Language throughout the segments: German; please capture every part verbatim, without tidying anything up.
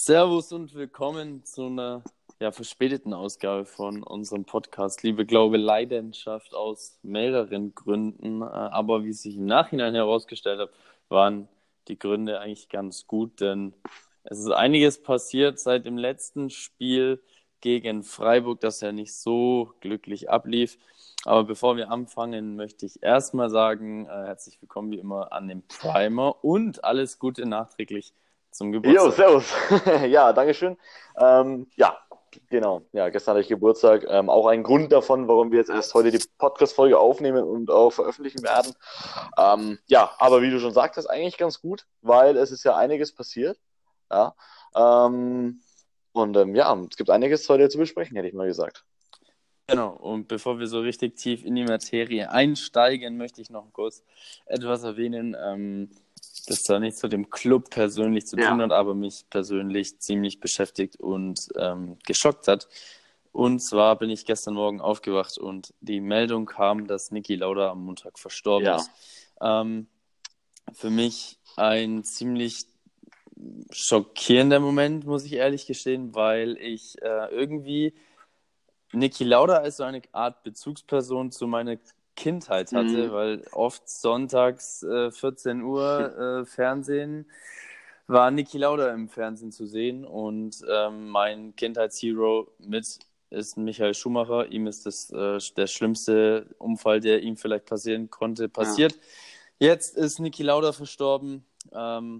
Servus und willkommen zu einer ja, verspäteten Ausgabe von unserem Podcast Liebe, Glaube, Leidenschaft aus mehreren Gründen. Aber wie sich im Nachhinein herausgestellt hat, waren die Gründe eigentlich ganz gut, denn es ist einiges passiert seit dem letzten Spiel gegen Freiburg, das ja nicht so glücklich ablief. Aber bevor wir anfangen, möchte ich erstmal sagen, äh, herzlich willkommen wie immer an den Primer und alles Gute nachträglich zum Jo, Geburtstag. servus. Ja, Dankeschön. Ähm, ja, genau. Ja, gestern hatte ich Geburtstag. Ähm, auch ein Grund davon, warum wir jetzt erst heute die Podcast-Folge aufnehmen und auch veröffentlichen werden. Ähm, ja, aber wie du schon sagtest, eigentlich ganz gut, weil es ist ja einiges passiert. Ja. Ähm, und ähm, ja, es gibt einiges heute zu besprechen, hätte ich mal gesagt. Genau, und bevor wir so richtig tief in die Materie einsteigen, möchte ich noch kurz etwas erwähnen, ähm, das zwar nichts mit dem Club persönlich zu tun Ja. hat, aber mich persönlich ziemlich beschäftigt und ähm, geschockt hat. Und zwar bin ich gestern Morgen aufgewacht und die Meldung kam, dass Niki Lauda am Montag verstorben Ja. ist. Ähm, für mich ein ziemlich schockierender Moment, muss ich ehrlich gestehen, weil ich äh, irgendwie Niki Lauda als so eine Art Bezugsperson zu meiner Kindheit hatte, Mhm. weil oft sonntags äh, vierzehn Uhr äh, Fernsehen war Niki Lauda im Fernsehen zu sehen und ähm, mein Kindheitshero mit ist Michael Schumacher. Ihm ist das äh, der schlimmste Unfall, der ihm vielleicht passieren konnte, Ja. passiert. Jetzt ist Niki Lauda verstorben. Ähm,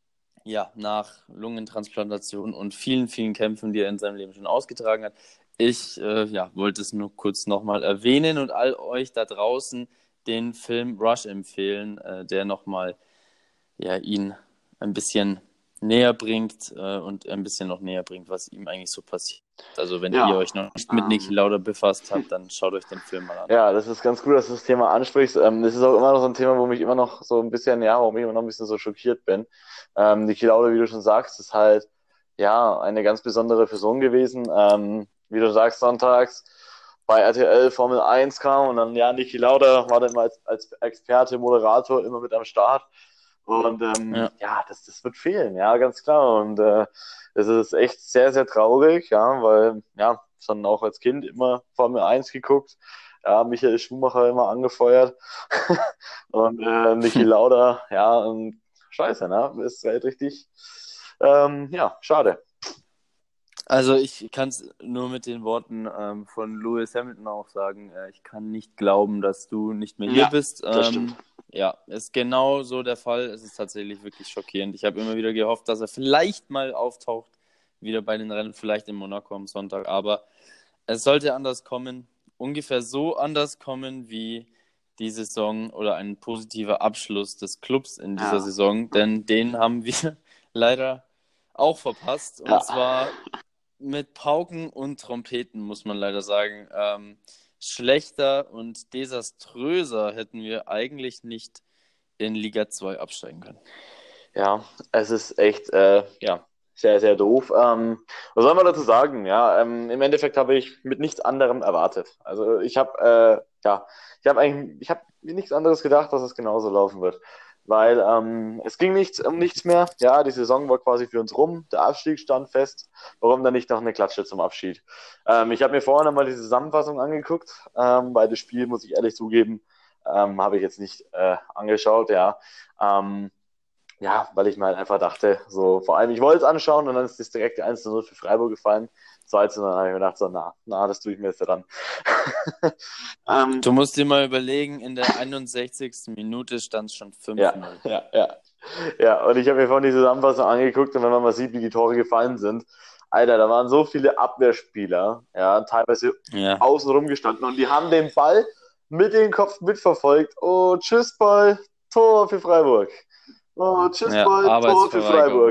ja, nach Lungentransplantation und vielen, vielen Kämpfen, die er in seinem Leben schon ausgetragen hat. Ich äh, ja, wollte es nur kurz nochmal erwähnen und all euch da draußen den Film Rush empfehlen, äh, der nochmal ja, ihn ein bisschen näher bringt äh, und ein bisschen noch näher bringt, was ihm eigentlich so passiert. Also wenn ihr Ja. euch noch nicht mit Niki Ähm, Lauda befasst habt, dann schaut euch den Film mal an. Ja, das ist ganz gut, dass du das Thema ansprichst. Ähm, das ist auch immer noch so ein Thema, wo mich immer noch so ein bisschen, ja, warum ich immer noch ein bisschen so schockiert bin. Ähm, Niki Lauda, wie du schon sagst, ist halt, ja, eine ganz besondere Person gewesen. Ähm, wie du sagst, sonntags bei R T L Formel eins kam und dann, ja, Niki Lauda war dann mal als, als Experte, Moderator immer mit am Start. Und ähm, Ja. ja, das, das wird fehlen, ja, ganz klar. Und äh, es ist echt sehr, sehr traurig, ja, weil, ja, dann auch als Kind immer Formel eins geguckt. Ja, Michael Schumacher immer angefeuert. Und äh, Niki Lauda, ja, und scheiße, ne? Ist halt richtig, ähm, ja, schade. Also ich kann es nur mit den Worten ähm, von Lewis Hamilton auch sagen. Äh, ich kann nicht glauben, dass du nicht mehr hier Ja, bist. das stimmt. Ähm, ja, ist genau so der Fall. Es ist tatsächlich wirklich schockierend. Ich habe immer wieder gehofft, dass er vielleicht mal auftaucht, wieder bei den Rennen, vielleicht in Monaco am Sonntag. Aber es sollte anders kommen. Ungefähr so anders kommen wie die Saison oder ein positiver Abschluss des Clubs in dieser Ja, Saison. Denn den haben wir leider auch verpasst. Und ja, zwar mit Pauken und Trompeten, muss man leider sagen. Ähm, schlechter und desaströser hätten wir eigentlich nicht in Liga zwei absteigen können. ja, es ist echt, äh, ja, sehr, sehr doof. Ähm, was soll man dazu sagen? Ja, ähm, im Endeffekt habe ich mit nichts anderem erwartet. Also ich habe, äh, ja, ich habe eigentlich, ich habe mir nichts anderes gedacht, dass es genauso laufen wird. Weil ähm, es ging nichts um nichts mehr. Ja, die Saison war quasi für uns rum. Der Abstieg stand fest. Warum dann nicht noch eine Klatsche zum Abschied? Ähm, ich habe mir vorher nochmal die Zusammenfassung angeguckt. Ähm, bei dem Spiel, muss ich ehrlich zugeben, ähm, habe ich jetzt nicht äh, angeschaut, ja. Ähm, ja, weil ich mir halt einfach dachte, so, vor allem, ich wollte es anschauen und dann ist das direkt eins zu null für Freiburg gefallen. zwei zu null, dann habe ich mir gedacht, so, na, na, das tue ich mir jetzt dran. ähm, Du musst dir mal überlegen, in der einundsechzigsten Minute stand es schon ja, fünf null. ja, ja. Ja, und ich habe mir vorhin die Zusammenfassung angeguckt und wenn man mal sieht, wie die Tore gefallen sind, Alter, da waren so viele Abwehrspieler, ja, teilweise Ja, außen gestanden und die haben den Ball mit dem Kopf mitverfolgt. Oh, tschüss, Ball, Tor für Freiburg. Oh, tschüss, ja, Ball, Tor für Arbeitsverweigerung. Freiburg.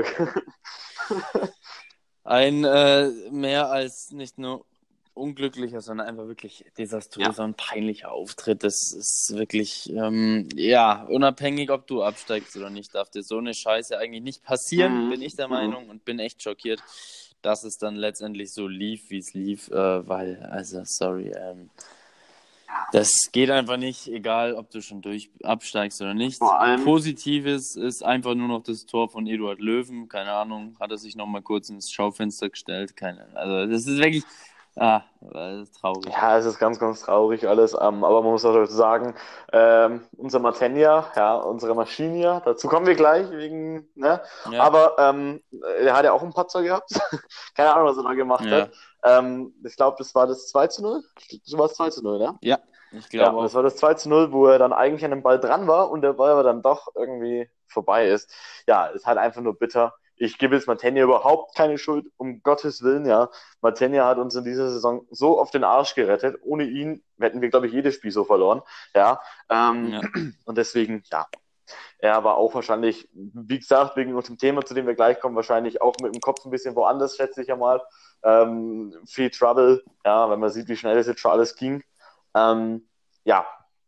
Ein äh, mehr als nicht nur unglücklicher, sondern einfach wirklich Ja. desaströser und peinlicher Auftritt. Das ist wirklich, ähm, ja, unabhängig, ob du absteigst oder nicht, darf dir so eine Scheiße eigentlich nicht passieren, Mhm. bin ich der Mhm. Meinung und bin echt schockiert, dass es dann letztendlich so lief, wie es lief, äh, weil, also, sorry, ähm, Das geht einfach nicht, egal ob du schon durch absteigst oder nicht. Vor allem- Positives ist einfach nur noch das Tor von Eduard Löwen. Keine Ahnung, hat er sich noch mal kurz ins Schaufenster gestellt. Keine, also das ist wirklich ah, das ist traurig. Ja, es ist ganz, ganz traurig alles, ähm, aber man muss auch dazu sagen, ähm, unser Matenja, ja, unsere Maschine, dazu kommen wir gleich wegen, ne? Ja. Aber ähm, er hat ja auch einen Patzer gehabt. Keine Ahnung, was er da gemacht Ja. hat. Ähm, ich glaube, das war das zwei zu null. Das war das zwei zu null, ne? Ja, ich Ja, glaube das auch. war das zwei zu null, wo er dann eigentlich an dem Ball dran war und der Ball aber dann doch irgendwie vorbei ist. Ja, ist halt einfach nur bitter. Ich gebe jetzt Matenja überhaupt keine Schuld, um Gottes Willen, ja. Matenja hat uns in dieser Saison so auf den Arsch gerettet. Ohne ihn hätten wir, glaube ich, jedes Spiel so verloren. Ja, ähm, Ja. und deswegen, ja. Er war auch wahrscheinlich, wie gesagt, wegen unserem Thema, zu dem wir gleich kommen, wahrscheinlich auch mit dem Kopf ein bisschen woanders, schätze ich ja mal. Ähm, viel Trouble, ja, wenn man sieht, wie schnell es jetzt schon alles ging. Ähm, ja,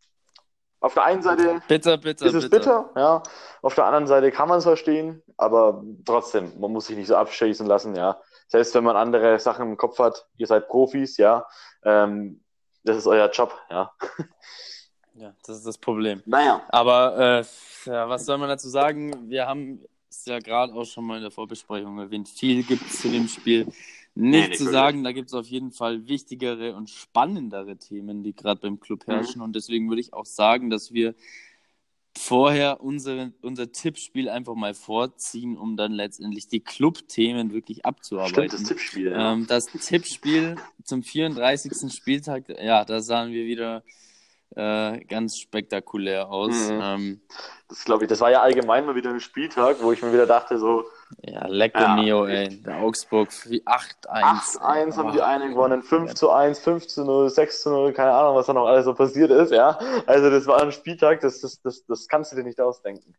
auf der einen Seite Bitter, bitter, ist es bitter, ja. Auf der anderen Seite kann man es verstehen, aber trotzdem, man muss sich nicht so abschießen lassen, ja. Selbst wenn man andere Sachen im Kopf hat, ihr seid Profis, ja. Ähm, das ist euer Job, ja. Ja, das ist das Problem. Naja. Aber äh, ja, was soll man dazu sagen? Wir haben es ja gerade auch schon mal in der Vorbesprechung erwähnt. Viel gibt es zu dem Spiel nicht nicht zu wirklich. sagen. Da gibt es auf jeden Fall wichtigere und spannendere Themen, die gerade beim Club herrschen. Und deswegen würde ich auch sagen, dass wir vorher unsere, unser Tippspiel einfach mal vorziehen, um dann letztendlich die Club-Themen wirklich abzuarbeiten. Stimmt, das Tippspiel, ja. Ähm, das Tippspiel zum vierunddreißigsten Spieltag, ja, da sahen wir wieder äh, ganz spektakulär aus. Mhm. Ähm, Das glaube ich, das war ja allgemein mal wieder ein Spieltag, wo ich mir wieder dachte, so ja, Lecco Ja. Mio, ey. Der Augsburg acht eins. acht eins haben Oh, die einen gewonnen, fünf zu eins, fünf zu null, sechs zu null, keine Ahnung, was da noch alles so passiert ist, ja. Also das war ein Spieltag, das, das, das, das kannst du dir nicht ausdenken.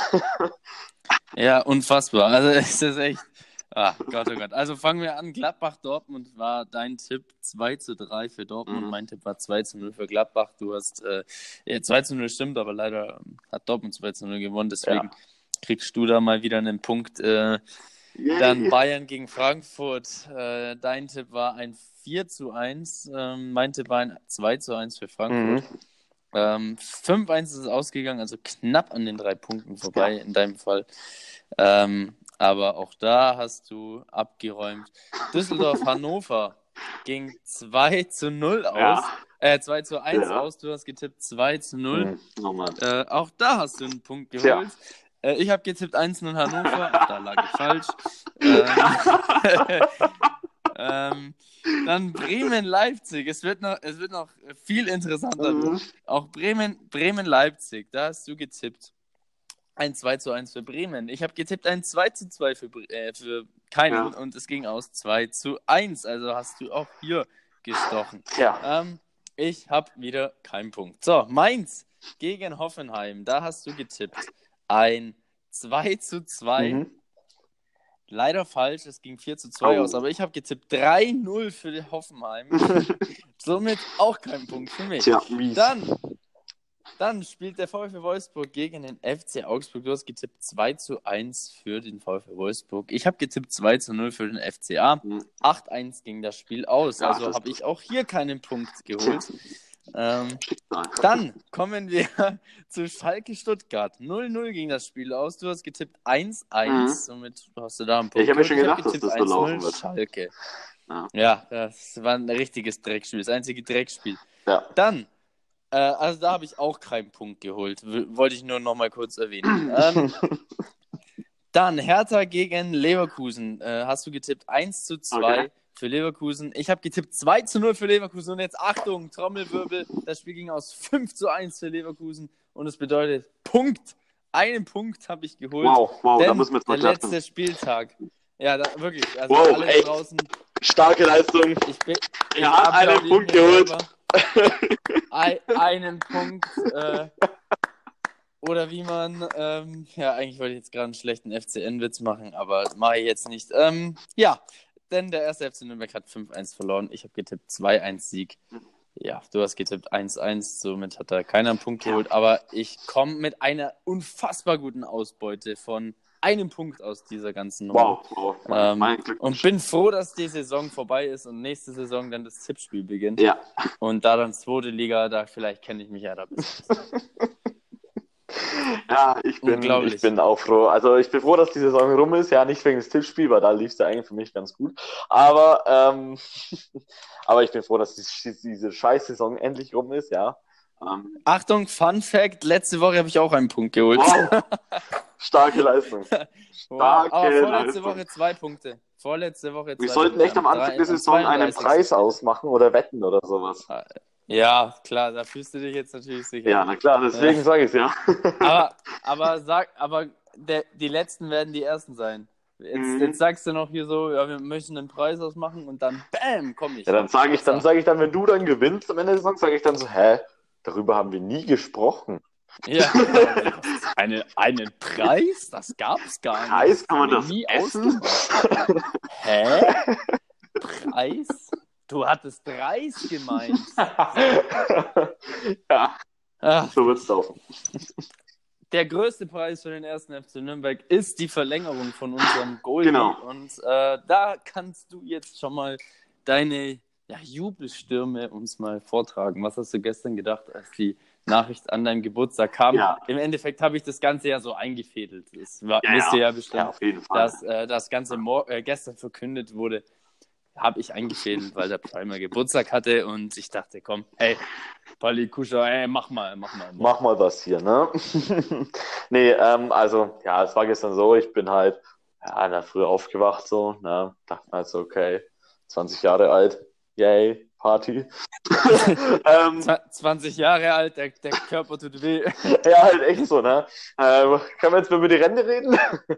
Ja, unfassbar. Also es ist echt. Ah, Gott, oh Gott. Also fangen wir an. Gladbach-Dortmund war dein Tipp zwei zu drei für Dortmund. Mhm. Mein Tipp war zwei zu null für Gladbach. Du hast äh, ja, zwei zu null stimmt, aber leider ähm, hat Dortmund zwei zu null gewonnen. Deswegen Ja. kriegst du da mal wieder einen Punkt. Äh, dann Bayern gegen Frankfurt. Äh, dein Tipp war ein vier zu eins. Ähm, mein Tipp war ein zwei zu eins für Frankfurt. Mhm. Ähm, fünf eins ist es ausgegangen, also knapp an den drei Punkten vorbei in deinem Fall. Ähm, aber auch da hast du abgeräumt. Düsseldorf-Hannover ging zwei zu null aus. Ja. Äh, zwei zu eins Ja. aus. Du hast getippt zwei zu null. Mhm. Oh Mann. Äh, auch da hast du einen Punkt Tja. geholt. Äh, ich habe getippt eins zu null Hannover. Auch da lag ich falsch. Ähm, ähm, dann Bremen-Leipzig. Es wird noch, es wird noch viel interessanter. Mhm. Auch Bremen, Bremen-Leipzig. Da hast du getippt ein zwei zu eins für Bremen. Ich habe getippt ein zwei zu zwei für, Bre- äh, für keinen Ja. und es ging aus zwei zu eins. Also hast du auch hier gestochen. Tja. Ähm, ich habe wieder keinen Punkt. So, Mainz gegen Hoffenheim. Da hast du getippt ein zwei zu zwei. Mhm. Leider falsch, es ging vier zu zwei Oh. aus, aber ich habe getippt drei null für die Hoffenheim. Somit auch kein Punkt für mich. Tja, mies. Dann, dann spielt der VfL Wolfsburg gegen den F C Augsburg. Du hast getippt zwei zu eins für den VfL Wolfsburg. Ich habe getippt zwei zu null für den F C A. Mhm. acht eins ging das Spiel aus. Ja, Also das- habe ich auch hier keinen Punkt geholt. Ähm, Schicksal. dann kommen wir zu Schalke Stuttgart. null null ging das Spiel aus. Du hast getippt eins eins. Somit hast du da einen Punkt. Ich habe mir geholt. schon hab gedacht, dass getippt das so laufen eins null wird. Schalke. Ja. Ja, das war ein richtiges Dreckspiel. Das einzige Dreckspiel. Ja. Dann, äh, also da habe ich auch keinen Punkt geholt. W- wollte ich nur noch mal kurz erwähnen. ähm, dann Hertha gegen Leverkusen. Äh, hast du getippt eins zu zwei Okay. für Leverkusen. Ich habe getippt zwei zu null für Leverkusen. Und jetzt Achtung, Trommelwirbel. Das Spiel ging aus fünf zu eins für Leverkusen. Und es bedeutet Punkt. Einen Punkt habe ich geholt. Wow, wow, da denn müssen wir jetzt mal der klatschen. letzte Spieltag. Ja, da, wirklich. Also Wow, alle ey. da draußen. Starke Leistung. Ich bin, ich Er hat einen applaudiere Punkt mir geholt. selber. Ein, einen Punkt. Äh, oder wie man, ähm, ja, eigentlich wollte ich jetzt gerade einen schlechten F C N-Witz machen, aber mache ich jetzt nicht. Ähm, ja, denn der erste F C Nürnberg hat fünf eins verloren. Ich habe getippt zwei eins Sieg. Ja, du hast getippt eins eins, somit hat da keiner einen Punkt geholt. Aber ich komme mit einer unfassbar guten Ausbeute von einen Punkt aus dieser ganzen Nummer. Wow, wow. Mein, Ähm, mein und Glückwunsch. bin froh, dass die Saison vorbei ist und nächste Saison dann das Tippspiel beginnt. Ja. Und da dann zweite Liga, da vielleicht kenne ich mich ja da ein bisschen. Ja, ich bin, Unglaublich. ich bin auch froh. Also ich bin froh, dass die Saison rum ist. Ja, nicht wegen des Tippspiels, weil da lief es ja eigentlich für mich ganz gut. Aber, ähm, aber ich bin froh, dass die, diese Scheiß-Saison endlich rum ist, ja. Ähm, Achtung, Fun Fact, letzte Woche habe ich auch einen Punkt geholt. wow, starke Leistung. Wow, Starke aber vorletzte Leistung. Woche zwei Punkte. Vorletzte Woche zwei Wir sollten Punkte. echt am Anfang drei- der Saison einen zweiunddreißigsten Preis ausmachen oder wetten oder sowas. Ja, klar, da fühlst du dich jetzt natürlich sicher. Ja, na klar, deswegen Ja. sage ich es ja. Aber, aber sag, aber der, die letzten werden die ersten sein. Jetzt, Mhm. jetzt sagst du noch hier so, ja, wir möchten einen Preis ausmachen und dann BÄM, komm ich. Ja, dann sage ich, dann sage ich dann, wenn du dann gewinnst am Ende der Saison, sage ich dann so, hä, darüber haben wir nie gesprochen. Ja, Eine, einen Preis? Das gab's gar nicht. Preis, kann man Haben wir das nie essen? ausgemacht. Hä? Preis? Du hattest Preis gemeint. Ja, Ach, so wird's laufen. der größte Preis für den ersten F C Nürnberg ist die Verlängerung von unserem Goalie. Genau. Und äh, da kannst du jetzt schon mal deine ja, Jubelstürme uns mal vortragen. Was hast du gestern gedacht, als die Nachricht an deinem Geburtstag kam? Ja. Im Endeffekt habe ich das Ganze ja so eingefädelt. Das war, Ja, wisst ihr ja. ja bestimmt, Ja, auf jeden Fall. dass äh, das Ganze mor- äh, gestern verkündet wurde. Habe ich eingefädelt, weil der Primer Geburtstag hatte und ich dachte, komm, hey, Pali Kuscher, ey, mach mal, mach mal. Mach mal das hier, ne? Nee, ähm, also, ja, es war gestern so, ich bin halt, ja, in der Früh aufgewacht, so, ne? Dachte mir halt so, okay, zwanzig Jahre alt, yay, Party. ähm, zwanzig Jahre alt, der, der Körper tut weh. ja, halt echt so, ne? Äh, können wir jetzt mal über die Rente reden?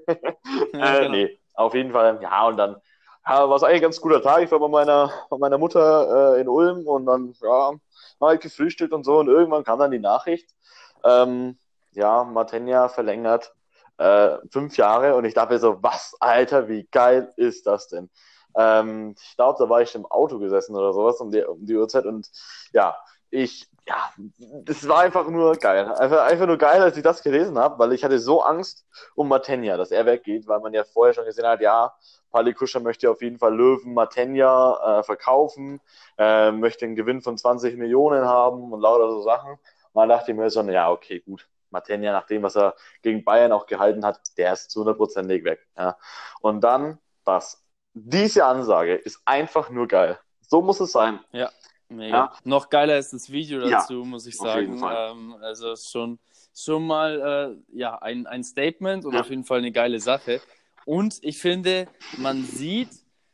Ja, äh, genau. Nee, auf jeden Fall, ja, und dann ja, war es eigentlich ein ganz guter Tag. Ich war bei meiner, bei meiner Mutter äh, in Ulm und dann, ja, haben halt gefrühstückt und so und irgendwann kam dann die Nachricht, ähm, ja, Martenja verlängert äh, fünf Jahre und ich dachte mir so, was, Alter, wie geil ist das denn? Ähm, ich glaube, da war ich im Auto gesessen oder sowas um die, um die Uhrzeit und ja, ich, ja, das war einfach nur geil. Einfach, einfach nur geil, als ich das gelesen habe, weil ich hatte so Angst um Martenja, dass er weggeht, weil man ja vorher schon gesehen hat, ja, Pali Kuscher möchte auf jeden Fall Löwen Martenja äh, verkaufen, äh, möchte einen Gewinn von zwanzig Millionen haben und lauter so Sachen. Und dann dachte ich mir so, ja, okay, gut. Martenja, nach dem, was er gegen Bayern auch gehalten hat, der ist zu hundertprozentig weg. Ja. Und dann das. Diese Ansage ist einfach nur geil. So muss es sein. Ja, mega. Ja. Noch geiler ist das Video Ja, dazu, muss ich auf jeden sagen. Fall. Ähm, also es ist schon, schon mal äh, ja, ein, ein Statement und Ja. auf jeden Fall eine geile Sache. Und ich finde, man sieht,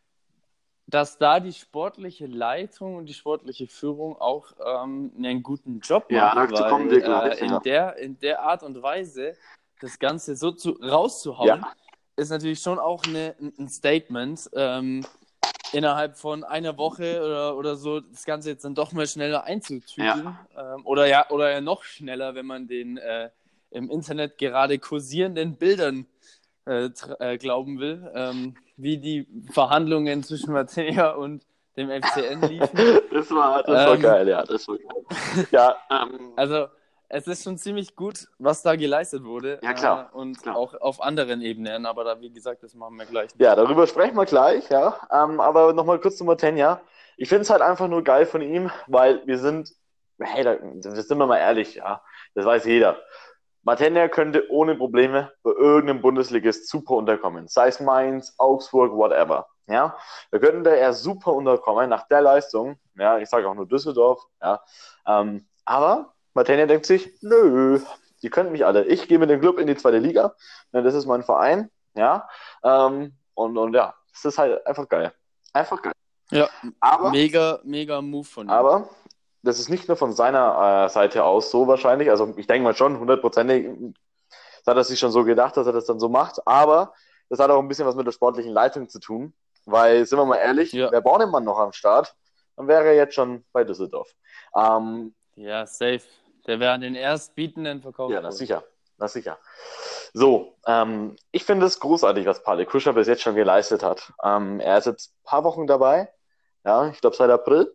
dass da die sportliche Leitung und die sportliche Führung auch ähm, einen guten Job Ja, macht, dazu weil kommen wir gleich, äh, in, ja. der, in der Art und Weise das Ganze so zu, rauszuhauen, Ja. ist natürlich schon auch eine, ein Statement. Ähm, innerhalb von einer Woche oder, oder so das Ganze jetzt dann doch mal schneller einzutüten. Ja. Ähm, oder, ja, oder ja noch schneller, wenn man den äh, im Internet gerade kursierenden Bildern äh, tr- äh, glauben will, ähm, wie die Verhandlungen zwischen Martinez und dem F C N liefen. Das war, das war Ähm, geil, ja, das war geil. Ja, ähm, Also es ist schon ziemlich gut, was da geleistet wurde. Ja, klar, Äh, und klar. auch auf anderen Ebenen. Aber da, wie gesagt, das machen wir gleich. ja, darüber sprechen wir gleich, ja. Ähm, aber nochmal kurz zu Martenja. Ich finde es halt einfach nur geil von ihm, weil wir sind, hey, da, das sind wir mal ehrlich, ja, das weiß jeder. Martenja könnte ohne Probleme bei irgendeinem Bundesligist super unterkommen. Sei es Mainz, Augsburg, whatever. Ja, da könnte er super unterkommen nach der Leistung. Ja, ich sage auch nur Düsseldorf. Ja, ähm, aber Martenja denkt sich, nö, die können mich alle. Ich gehe mit dem Club in die zweite Liga. Ja, das ist mein Verein. Ja, ähm, und, und ja, das ist halt einfach geil. Einfach geil. Ja, Aber, mega, mega Move von ihm. aber das ist nicht nur von seiner äh, Seite aus so wahrscheinlich. Also ich denke mal schon, hundertprozentig hat er sich schon so gedacht, dass er das dann so macht. Aber das hat auch ein bisschen was mit der sportlichen Leitung zu tun. Weil, sind wir mal ehrlich, Ja. wäre Bornemann noch am Start, dann wäre er jetzt schon bei Düsseldorf. Ähm, Ja, safe. Der wäre an den Erstbietenden verkauft ja, na worden. sicher. Na sicher. So, ähm, ich finde es großartig, was Pali Kuscher bis jetzt schon geleistet hat. Ähm, er ist jetzt ein paar Wochen dabei. Ja, ich glaube seit April.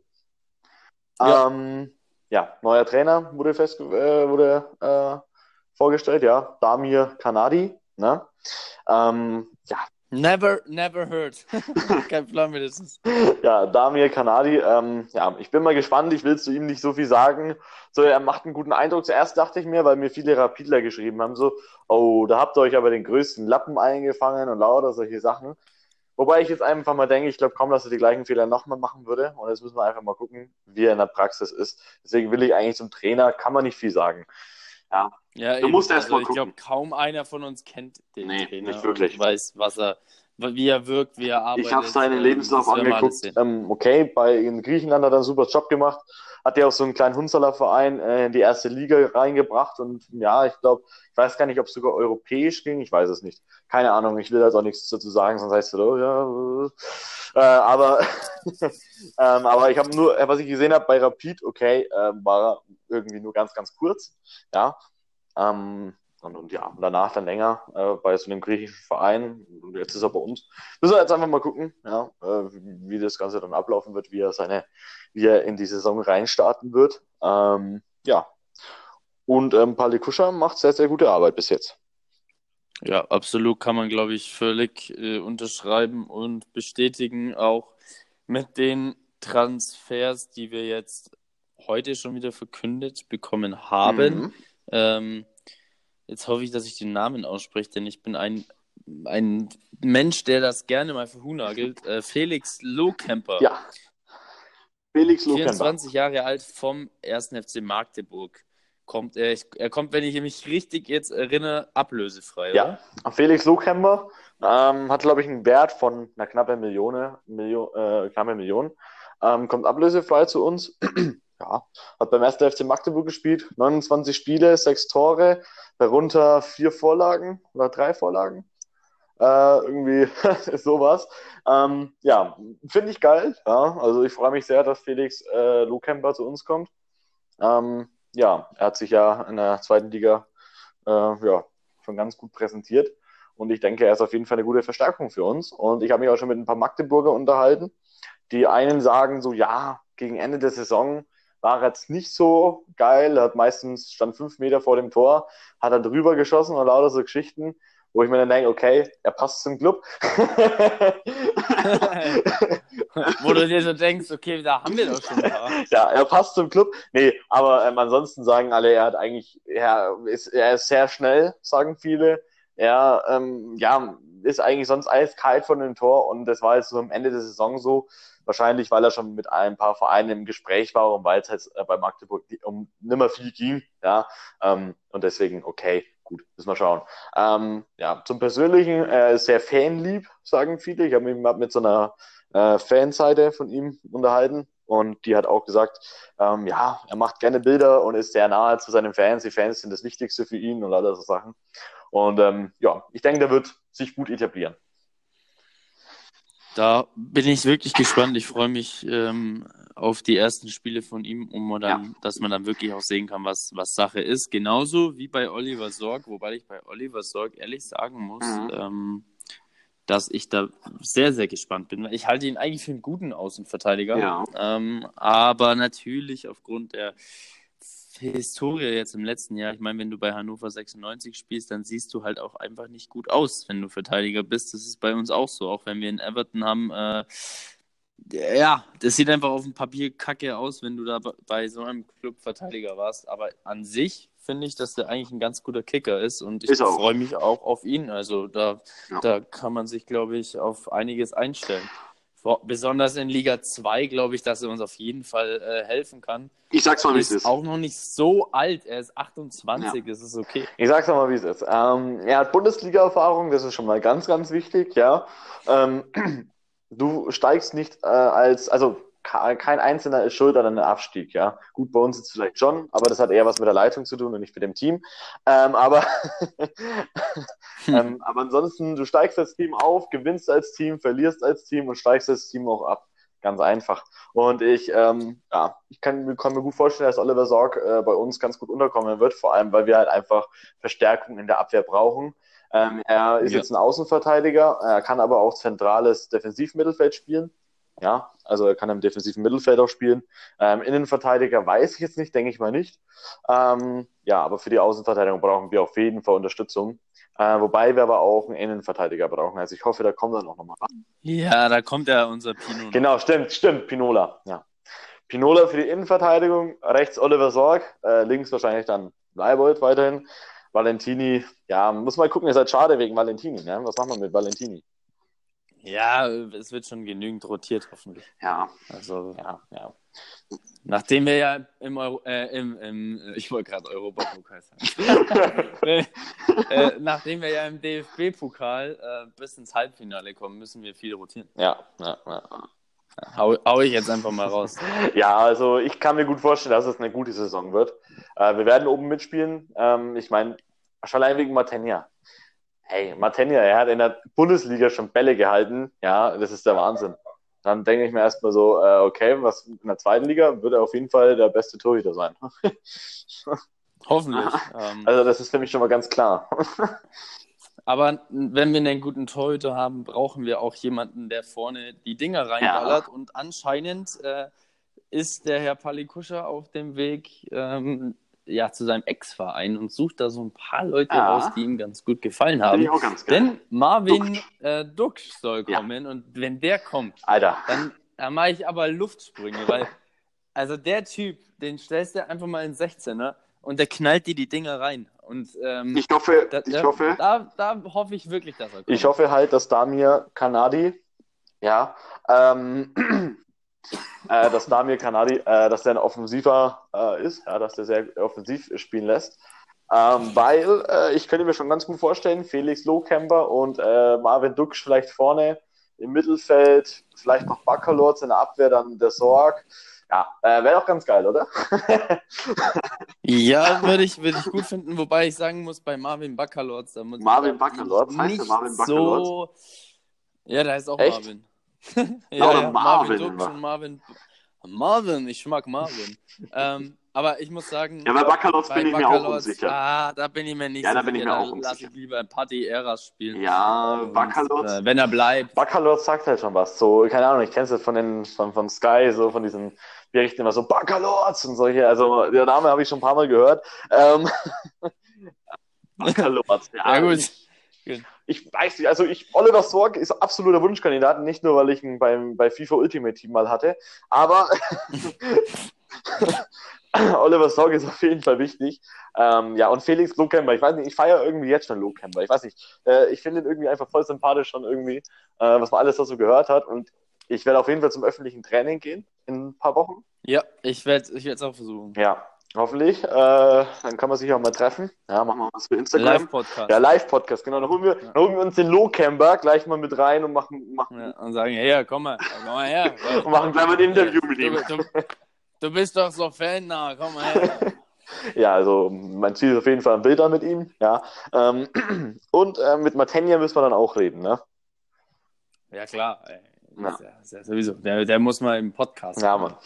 Ja. Ähm, ja, neuer Trainer wurde, fest, äh, wurde äh, vorgestellt, ja, Damir Kanadi. Ne? Ähm, ja. Never, never heard. Kein Plan, wie das ist. Ja, Damir Kanadi, ähm, ja, ich bin mal gespannt, ich will zu ihm nicht so viel sagen. So, er macht einen guten Eindruck. Zuerst dachte ich mir, weil mir viele Rapidler geschrieben haben, so, oh, da habt ihr euch aber den größten Lappen eingefangen und lauter solche Sachen. Wobei ich jetzt einfach mal denke, ich glaube kaum, dass er die gleichen Fehler nochmal machen würde. Und jetzt müssen wir einfach mal gucken, wie er in der Praxis ist. Deswegen will ich eigentlich zum Trainer, kann man nicht viel sagen. Ja, Ja, du eben. musst erst Also mal ich gucken. glaube, kaum einer von uns kennt den Nee, Trainer nicht wirklich. und weiß, was er, wie er wirkt, wie er arbeitet. Ich habe seinen Ähm, Lebenslauf das werden wir alles angeguckt. sehen. Ähm, okay, bei in Griechenland hat er einen super Job gemacht. Hat ja auch so einen kleinen Hunsaler Verein äh, in die erste Liga reingebracht. Und ja, ich glaube, ich weiß gar nicht, ob es sogar europäisch ging. Ich weiß es nicht. Keine Ahnung. Ich will da auch nichts dazu sagen, sonst heißt es, oh, ja. Äh, aber, ähm, aber ich habe nur, was ich gesehen habe bei Rapid, okay, äh, war er irgendwie nur ganz, ganz kurz. Ja. Ähm, und, und ja, danach dann länger äh, bei so einem griechischen Verein. Und jetzt ist er bei uns. Müssen wir jetzt einfach mal gucken, ja, äh, wie das Ganze dann ablaufen wird, wie er seine, wie er in die Saison reinstarten wird. Ähm, ja. Und ähm, Pali Kuscher macht sehr, sehr gute Arbeit bis jetzt. Ja, absolut kann man, glaube ich, völlig äh, unterschreiben und bestätigen, auch mit den Transfers, die wir jetzt heute schon wieder verkündet bekommen haben. Mhm. Ähm, jetzt hoffe ich, dass ich den Namen ausspreche, denn ich bin ein, ein Mensch, der das gerne mal verhunagelt. Äh, Felix Lohkemper. Ja. Felix Lohkemper. vierundzwanzig Jahre alt vom ersten F C Magdeburg. Kommt er, er kommt, wenn ich mich richtig jetzt erinnere, ablösefrei, oder? Ja, Felix Lohkemper ähm, hat, glaube ich, einen Wert von einer knappen Million, Million, äh, knappe Million. Ähm, kommt ablösefrei zu uns. Ja, hat beim ersten F C Magdeburg gespielt, neunundzwanzig Spiele, sechs Tore, darunter vier Vorlagen oder drei Vorlagen. Äh, irgendwie sowas. Ähm, ja, finde ich geil. Ja, also ich freue mich sehr, dass Felix äh, Lohkemper zu uns kommt. Ähm, ja, er hat sich ja in der zweiten Liga äh, ja, schon ganz gut präsentiert. Und ich denke, er ist auf jeden Fall eine gute Verstärkung für uns. Und ich habe mich auch schon mit ein paar Magdeburger unterhalten. Die einen sagen so, ja, gegen Ende der Saison war er jetzt nicht so geil. Er hat meistens, stand fünf Meter vor dem Tor, hat er drüber geschossen und lauter so Geschichten, wo ich mir dann denke, okay, er passt zum Club. Wo du dir so denkst, okay, da haben wir doch schon ein paar. Ja, er passt zum Club. Nee, aber ähm, ansonsten sagen alle, er hat eigentlich, er ist, er ist sehr schnell, sagen viele. Er ähm, ja, ist eigentlich sonst eiskalt von dem Tor und das war jetzt so am Ende der Saison so. Wahrscheinlich, weil er schon mit ein paar Vereinen im Gespräch war und weil es halt äh, bei Magdeburg um nimmer viel ging. Ja, ähm, und deswegen, okay, gut, müssen wir schauen. Ähm, ja, zum Persönlichen, er ist sehr fanlieb, sagen viele. Ich habe mich mit so einer äh, Fanseite von ihm unterhalten und die hat auch gesagt, ähm, ja, er macht gerne Bilder und ist sehr nahe zu seinen Fans. Die Fans sind das Wichtigste für ihn und all so Sachen. Und ähm, ja, ich denke, der wird sich gut etablieren. Da bin ich wirklich gespannt. Ich freue mich ähm, auf die ersten Spiele von ihm, um dann, ja. dass man dann wirklich auch sehen kann, was, was Sache ist. Genauso wie bei Oliver Sorg, wobei ich bei Oliver Sorg ehrlich sagen muss, mhm. ähm, dass ich da sehr, sehr gespannt bin. Ich halte ihn eigentlich für einen guten Außenverteidiger. Ja. Ähm, aber natürlich aufgrund der Historie jetzt im letzten Jahr, ich meine, wenn du bei Hannover sechsundneunzig spielst, dann siehst du halt auch einfach nicht gut aus, wenn du Verteidiger bist. Das ist bei uns auch so, auch wenn wir in Everton haben. Äh, ja, das sieht einfach auf dem Papier kacke aus, wenn du da bei so einem Club Verteidiger warst. Aber an sich finde ich, dass der eigentlich ein ganz guter Kicker ist und ich freue mich auch auf ihn. Also da, ja. da kann man sich, glaube ich, auf einiges einstellen. Besonders in Liga zwei glaube ich, dass er uns auf jeden Fall äh, helfen kann. Ich sag's mal, wie es ist. Ist auch noch nicht so alt. Er ist achtundzwanzig, ja. Das ist okay. Ich sag's mal, wie es ist. Ähm, er hat Bundesliga-Erfahrung, das ist schon mal ganz, ganz wichtig, ja. Ähm, du steigst nicht äh, als, also kein Einzelner ist schuld an einem Abstieg, ja. Gut, bei uns ist es vielleicht schon, aber das hat eher was mit der Leitung zu tun und nicht mit dem Team. Ähm, aber, ähm, aber ansonsten, du steigst als Team auf, gewinnst als Team, verlierst als Team und steigst als Team auch ab. Ganz einfach. Und ich, ähm, ja, ich kann, kann mir gut vorstellen, dass Oliver Sorg äh, bei uns ganz gut unterkommen wird, vor allem, weil wir halt einfach Verstärkung in der Abwehr brauchen. Ähm, er ist ja. jetzt ein Außenverteidiger, er kann aber auch zentrales Defensivmittelfeld spielen. Ja, also er kann im defensiven Mittelfeld auch spielen. Ähm, Innenverteidiger weiß ich jetzt nicht, denke ich mal nicht. Ähm, ja, aber für die Außenverteidigung brauchen wir auf jeden Fall Unterstützung. Äh, wobei wir aber auch einen Innenverteidiger brauchen. Also ich hoffe, da kommt dann auch nochmal was. Ja, da kommt ja unser Pino noch. Genau, stimmt, stimmt, Pinola. Ja. Pinola für die Innenverteidigung, rechts Oliver Sorg, äh, links wahrscheinlich dann Leibold weiterhin. Valentini, ja, muss mal gucken, ist halt schade wegen Valentini. Ne? Was machen wir mit Valentini? Ja, es wird schon genügend rotiert, hoffentlich. Ja, Also, ja, ja. nachdem wir ja im, Euro, äh, im, im ich wollte gerade Europapokal sagen, äh, nachdem wir ja im D F B-Pokal äh, bis ins Halbfinale kommen, müssen wir viel rotieren. Ja, ja, ja. Hau, hau ich jetzt einfach mal raus. Ja, also ich kann mir gut vorstellen, dass es eine gute Saison wird. Äh, wir werden oben mitspielen. Ähm, ich meine, schon allein wegen Matenja. Hey, Matenja, er hat in der Bundesliga schon Bälle gehalten. Ja, das ist der Wahnsinn. Dann denke ich mir erstmal so, äh, okay, was in der zweiten Liga wird er auf jeden Fall der beste Torhüter sein. Hoffentlich. Ähm, Also das ist für mich schon mal ganz klar. aber wenn wir einen guten Torhüter haben, brauchen wir auch jemanden, der vorne die Dinger reinballert. Ja. Und anscheinend äh, ist der Herr Palikuscha auf dem Weg ähm, ja, zu seinem Ex-Verein und sucht da so ein paar Leute ja. raus, die ihm ganz gut gefallen haben. Finde ich auch ganz geil. Denn Marvin äh, Duksch soll kommen ja. und wenn der kommt, Alter. dann, dann mache ich aber Luftsprünge, weil also der Typ, den stellst du einfach mal in sechzehner und der knallt dir die Dinger rein. Und ähm, ich hoffe, da, ich da, hoffe, da, da hoffe ich wirklich, dass er kommt. Ich hoffe halt, dass Damir Kanadi, ja, ähm, äh, dass Damir Kanadi, äh, dass der ein Offensiver äh, ist, ja, dass der sehr offensiv spielen lässt. Ähm, weil äh, ich könnte mir schon ganz gut vorstellen, Felix Lohkemper und äh, Marvin Duksch vielleicht vorne im Mittelfeld, vielleicht noch Baccalords in der Abwehr, dann der Sorg. Ja, äh, wäre doch ganz geil, oder? Ja, würde ich, würd ich gut finden, wobei ich sagen muss, bei Marvin Baccalords, da muss Marvin ich Baccalords, heißt der Marvin Baccalords? So... Ja, der heißt auch Echt? Marvin. ja, ja, ja, Marvin. Marvin Duksch und Marvin... Marvin, ich mag Marvin. ähm, aber ich muss sagen... Ja, bei Baccalords bin ich mir auch unsicher. Ah, da bin ich mir nicht ja, so da bin sicher. Ich mir auch da unsicher. lasse ich lieber Patti Eras spielen. Ja, Baccalords... Äh, wenn er bleibt. Baccalords sagt halt schon was. So, keine Ahnung, ich kenne es halt von den von, von Sky, so von diesen Berichten immer so Baccalords und solche. Also, der Name habe ich schon ein paar Mal gehört. Ähm, Baccalords, ja. ja, gut. Ich, ich weiß nicht, also ich, Oliver Sorg ist absoluter Wunschkandidat, nicht nur, weil ich ihn beim, bei FIFA Ultimate Team mal hatte, aber Oliver Sorg ist auf jeden Fall wichtig. Ähm, ja, und Felix Lohkemper, ich weiß nicht, ich feiere irgendwie jetzt schon Lohkemper, ich weiß nicht, äh, ich finde ihn irgendwie einfach voll sympathisch schon irgendwie, äh, was man alles dazu gehört hat und ich werde auf jeden Fall zum öffentlichen Training gehen in ein paar Wochen. Ja, ich werde ich es auch versuchen. Ja, hoffentlich. Äh, dann kann man sich auch mal treffen. Ja, machen wir was für Instagram. Live-Podcast. Ja, Live-Podcast, genau. Dann holen wir, ja. dann holen wir uns den Lohkemper gleich mal mit rein und machen... machen ja, und sagen, hey, komm mal, komm mal her. und machen gleich mal ein Interview ja, mit ihm. Du, du, du bist doch so Fan, na, komm mal her. Ja, also mein Ziel ist auf jeden Fall ein Bild da mit ihm. Ja. Ähm, und äh, mit Matenja müssen wir dann auch reden, ne? Ja, klar. Ey. Ja. Ist ja, ist ja sowieso. Der, der muss mal im Podcast. Ja, Mann.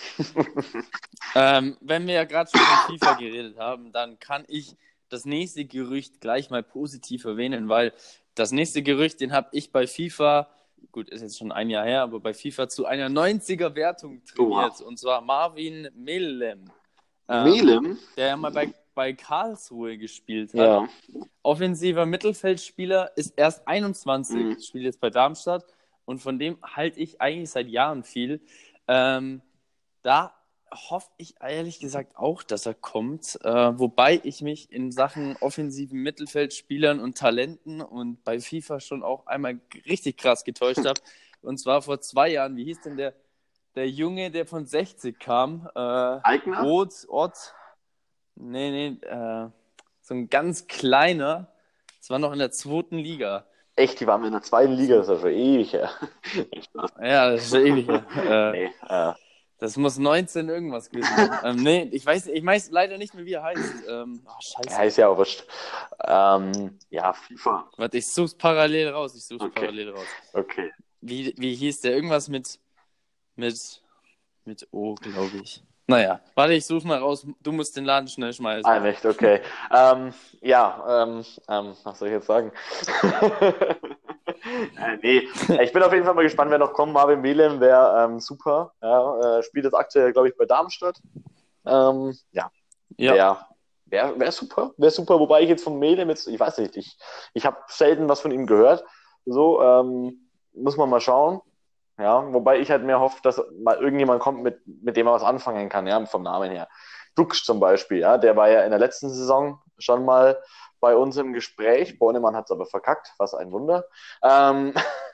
ähm, wenn wir ja gerade schon von FIFA geredet haben, dann kann ich das nächste Gerücht gleich mal positiv erwähnen, weil das nächste Gerücht, den habe ich bei FIFA, gut, ist jetzt schon ein Jahr her, aber bei FIFA zu einer neunziger-Wertung trainiert. Oh, wow. Und zwar Marvin Melem. Ähm, Melem? Der ja mal bei, bei Karlsruhe gespielt hat. Ja. Offensiver Mittelfeldspieler, ist erst einundzwanzig, mhm. spielt jetzt bei Darmstadt. Und von dem halte ich eigentlich seit Jahren viel. Ähm, da hoffe ich ehrlich gesagt auch, dass er kommt. Äh, wobei ich mich in Sachen offensiven Mittelfeldspielern und Talenten und bei FIFA schon auch einmal richtig krass getäuscht habe. Und zwar vor zwei Jahren. Wie hieß denn der, der Junge, der von sechzig kam? Äh, Eigner? Ort, Ort. Nee, nee. Äh, so ein ganz kleiner. Das war noch in der zweiten Liga. Echt, die waren in der zweiten Liga, das ist ja schon ewig her. Ja, das ist schon ewig her. Äh, nee, äh. Das muss neunzehn irgendwas gewesen sein. ähm, nee, ich weiß, ich weiß leider nicht mehr, wie er heißt. Ähm, oh, scheiße. Er ist ja auch wurscht. Ähm, ja, FIFA. Warte, ich such's parallel raus. Ich such's okay. parallel raus. Okay. Wie, wie hieß der? Irgendwas mit, mit, mit O, glaube ich. Naja, warte, ich suche mal raus. Du musst den Laden schnell schmeißen. Ah, nicht, okay. ähm, ja, ähm, ähm, was soll ich jetzt sagen? Äh, nee, ich bin auf jeden Fall mal gespannt, wer noch kommt. Marvin Melem wäre ähm, super. Ja, äh, spielt jetzt aktuell, glaube ich, bei Darmstadt. Ähm, ja, Ja. wäre wär, wär super. Wäre super, wobei ich jetzt von Melem jetzt, ich weiß nicht, ich, ich habe selten was von ihm gehört. So, ähm, muss man mal schauen. Ja, wobei ich halt mehr hoffe, dass mal irgendjemand kommt, mit, mit dem man was anfangen kann, ja, vom Namen her. Dux zum Beispiel, ja, der war ja in der letzten Saison schon mal bei uns im Gespräch. Bornemann hat es aber verkackt, was ein Wunder. Ähm,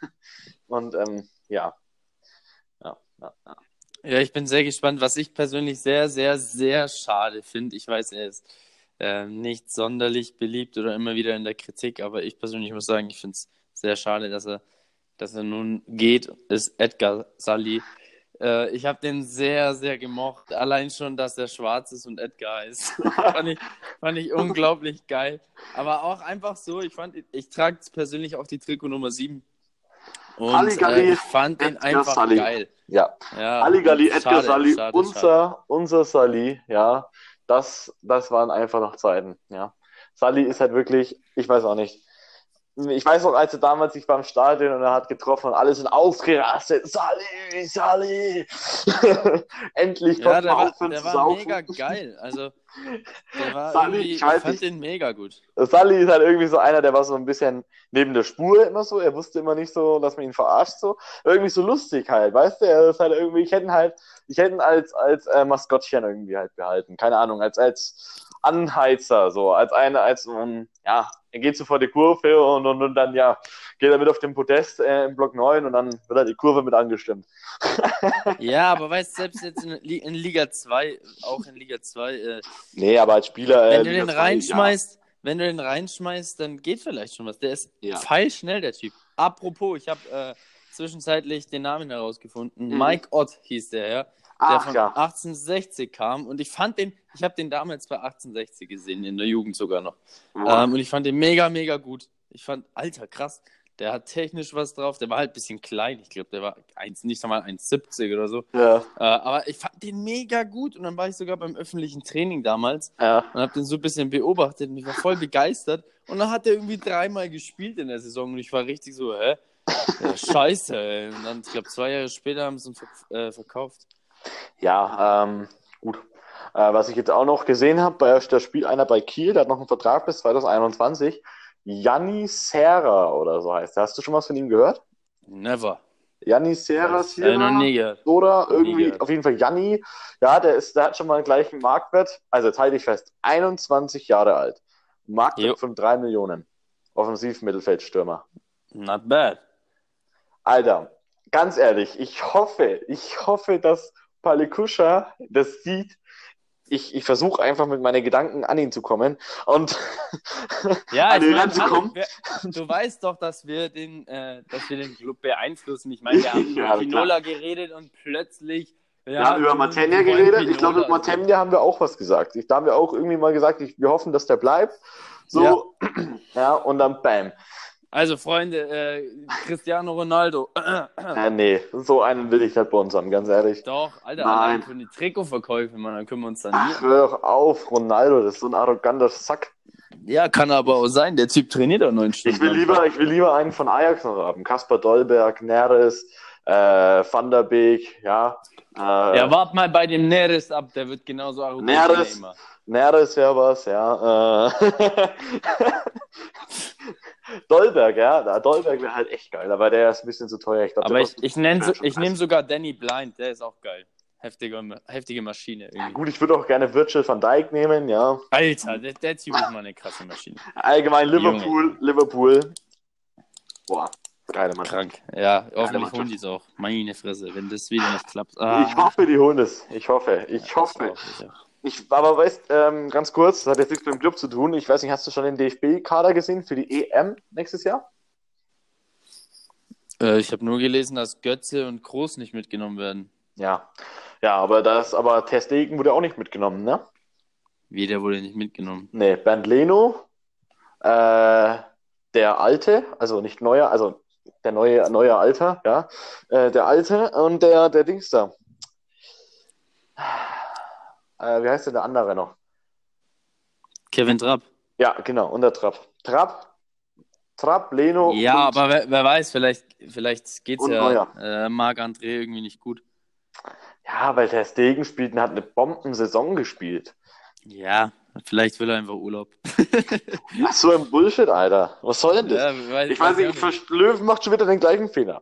und ähm, ja. Ja, ja, ja. Ja, ich bin sehr gespannt, was ich persönlich sehr, sehr, sehr schade finde. Ich weiß, er ist äh, nicht sonderlich beliebt oder immer wieder in der Kritik, aber ich persönlich muss sagen, ich finde es sehr schade, dass er, dass er nun geht, ist Edgar Sally. Äh, ich habe den sehr, sehr gemocht. Allein schon, dass er schwarz ist und Edgar ist. fand ich, fand ich unglaublich geil. Aber auch einfach so, ich fand, ich trage persönlich auch die Trikot Nummer sieben. Und äh, Halligalli, ich fand den Edgar einfach Sally. geil. Ja, Ja, Halligalli, und Edgar schade, Sally, schade, unser, schade. unser Sally, ja, das, das waren einfach noch Zeiten, ja. Sally ist halt wirklich, ich weiß auch nicht. Ich weiß noch, als er damals sich beim Stadion und er hat getroffen und alle sind ausgerastet. Sally, Sally! Endlich Ja, konnte der man war, aufhören der zu war mega saufen. geil. Also, der war Sally, irgendwie, ich ich weiß fand nicht, den mega gut. Sully ist halt irgendwie so einer, der war so ein bisschen neben der Spur immer so. Er wusste immer nicht so, dass man ihn verarscht so. Irgendwie so lustig halt, weißt du? Er ist halt irgendwie, ich hätte ihn halt, ich hätte ihn als, als äh, Maskottchen irgendwie halt behalten. Keine Ahnung, als, als Anheizer, so. Als eine, als, um, ja, er geht so vor die Kurve und, und, und dann, ja, geht er mit auf den Podest äh, im Block neun und dann wird halt die Kurve mit angestimmt. Ja, aber weißt du, selbst jetzt in, Li- in Liga zwei, auch in Liga zwei, äh, Nee, aber als Spieler, äh, wenn du Liga den zwei, ja. reinschmeißt, wenn du den reinschmeißt, dann geht vielleicht schon was. Der ist Ja. pfeilschnell, der Typ. Apropos, ich habe äh, zwischenzeitlich den Namen herausgefunden. Mhm. Mike Ott hieß der, ja. Der Ach, von ja. achtzehnhundertsechzig kam und ich fand den, ich habe den damals bei achtzehnhundertsechzig gesehen, in der Jugend sogar noch. Boah. Ähm, und ich fand den mega, mega gut. Ich fand, alter, krass. Der hat technisch was drauf. Der war halt ein bisschen klein. Ich glaube, der war eins, nicht einmal eins siebzig oder so. Ja. Äh, aber ich fand den mega gut. Und dann war ich sogar beim öffentlichen Training damals Ja. und habe den so ein bisschen beobachtet. Und ich war voll begeistert. Und dann hat er irgendwie dreimal gespielt in der Saison. Und ich war richtig so, hä? Ja, scheiße, ey. Und dann, ich glaube, zwei Jahre später haben sie ihn ver- äh, verkauft. Ja, ähm, gut. Äh, was ich jetzt auch noch gesehen habe, da spielt einer bei Kiel, der hat noch einen Vertrag bis zwanzig einundzwanzig. Janni Serra oder so heißt der. Hast du schon was von ihm gehört? Never. Janni Serra, Das habe ich noch Serra nie gehört. oder Nie irgendwie, gehört. auf jeden Fall Janni. Ja, der, ist, der hat schon mal den gleichen Marktwert. Also jetzt halte ich fest, einundzwanzig Jahre alt. Marktwert Jo. von drei Millionen. Offensiv-Mittelfeldstürmer. Not bad. Alter, ganz ehrlich, ich hoffe, ich hoffe, dass Palikuscha das sieht. Ich, ich versuche einfach mit meinen Gedanken an ihn zu kommen und Ja, an ich ihn meine, ranzukommen. wir, du weißt doch, dass wir den, äh, dass wir den Club beeinflussen. Ich meine, wir haben über Ja, Pinola geredet und plötzlich. Ja, Wir haben über wir, Matenja wir wollen geredet. Ich glaube, Pinola. über Matenja haben wir auch was gesagt. Ich, da haben wir auch irgendwie mal gesagt, ich, wir hoffen, dass der bleibt. So, ja, und dann bam. Also, Freunde, äh, Cristiano Ronaldo. Äh, nee, so einen will ich nicht bei uns haben, ganz ehrlich. Doch, Alter, Nein. allein für die Trikotverkäufe, Mann, dann können wir uns dann Ach, nie. hör doch auf, Ronaldo, das ist so ein arroganter Sack. Ja, kann aber auch sein. Der Typ trainiert doch neun Stunden. Ich will lieber, ich will lieber einen von Ajax noch haben. Kaspar Dolberg, Neres, äh, Van der Beek, ja. Äh, Ja, wart mal bei dem Neres ab, der wird genauso arrogant wie Neres, Neymar. Neres wäre was, ja. Äh. Dolberg, ja. Der Dolberg wäre halt echt geil, aber der ist ein bisschen zu teuer. Ich glaub, Aber der ich, kostet ich, nenn so, schon ich nehme dreißig. sogar Danny Blind, der ist auch geil. Heftige, heftige Maschine irgendwie. Gut, ich würde auch gerne Virgil van Dijk nehmen, ja. Alter, der, der Typ ist mal eine krasse Maschine. Allgemein Liverpool, Junge. Liverpool. Boah, geile Mann. Krank. Ja, hoffentlich Mannschaft. holen die es auch. Meine Fresse, wenn das wieder nicht klappt. Ah, Ich hoffe, die holen es. Ich hoffe, ich das hoffe. hoffe ich auch. Ich, aber weißt, ähm, ganz kurz, das hat jetzt nichts mit dem Club zu tun. Ich weiß nicht, hast du schon den D F B-Kader gesehen für die E M nächstes Jahr? Äh, ich habe nur gelesen, dass Götze und Groß nicht mitgenommen werden. Ja. Ja, aber das, aber Ter Stegen wurde auch nicht mitgenommen, ne? Wie, der wurde nicht mitgenommen? Nee, Bernd Leno, äh, der Alte, also nicht neuer, also der neue, neue Alter, ja, äh, der Alte und der, der Dings da. Äh, wie heißt denn der andere noch? Kevin Trapp. Ja, genau, und der Trapp. Trapp, Trapp, Leno. Ja, und, aber wer, wer weiß, vielleicht, vielleicht geht es und ja Neuer. äh, Marc-André irgendwie nicht gut. Ja, weil Ter Stegen spielt und hat eine Bombensaison gespielt. Ja, vielleicht will er einfach Urlaub. Ach so ein Bullshit, Alter. Was soll denn das? Ja, weiß, ich weiß weiß nicht, ich auch ich Löwen macht schon wieder den gleichen Fehler.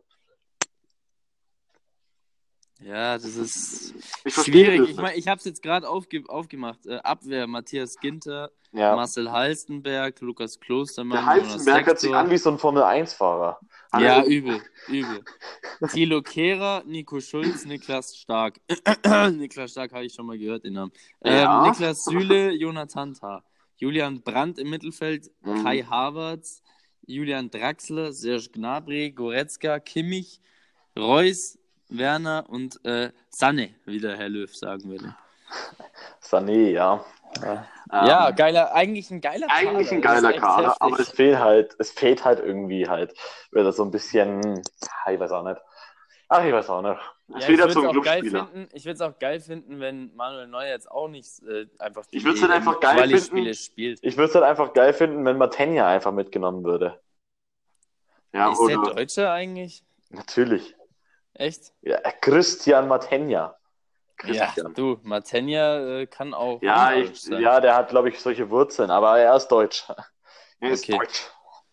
Ja, das ist Ich verstehe schwierig. das Ich meine, ich habe es jetzt gerade aufge aufgemacht. Äh, Abwehr, Matthias Ginter, Ja. Marcel Halstenberg, Lukas Klostermann, Der Halstenberg hört sich an wie so ein Formel eins Fahrer. Ja, Also, übel, übel. Thilo Kehrer, Nico Schulz, Niklas Stark. Niklas Stark habe ich schon mal gehört, den Namen. Ja. Ähm, Niklas Süle, Jonathan Tah. Julian Brandt im Mittelfeld, Mhm. Kai Havertz, Julian Draxler, Serge Gnabry, Goretzka, Kimmich, Reus, Werner und äh, Sané, wie der Herr Löw sagen würde. Sané, ja. Ja, ja Ähm, geiler, eigentlich ein geiler Kader. Eigentlich ein Das ist geiler echt Kader, heftig. aber es fehlt halt, es fehlt halt irgendwie halt, wieder so ein bisschen, ah, ich weiß auch nicht. Ach, ich weiß auch nicht. Es Ja, fehlt ich halt so ein würde es auch geil Clubspieler. finden. Ich würde es auch geil finden, wenn Manuel Neuer jetzt auch nicht äh, einfach die Ich würd's halt einfach geil Quali-Spiele finden. spielt. Ich würde es halt einfach geil finden, wenn Matenja einfach mitgenommen würde. Ja, Ist oder? der Deutsche eigentlich? Natürlich. Echt? Ja, Christian Matenja. Ja, Christian. du, Matenja äh, kann auch Ja, ungarn ich, sein. ja, der hat, glaube ich, solche Wurzeln, aber er ist Deutsch. Er ist Okay. Deutsch.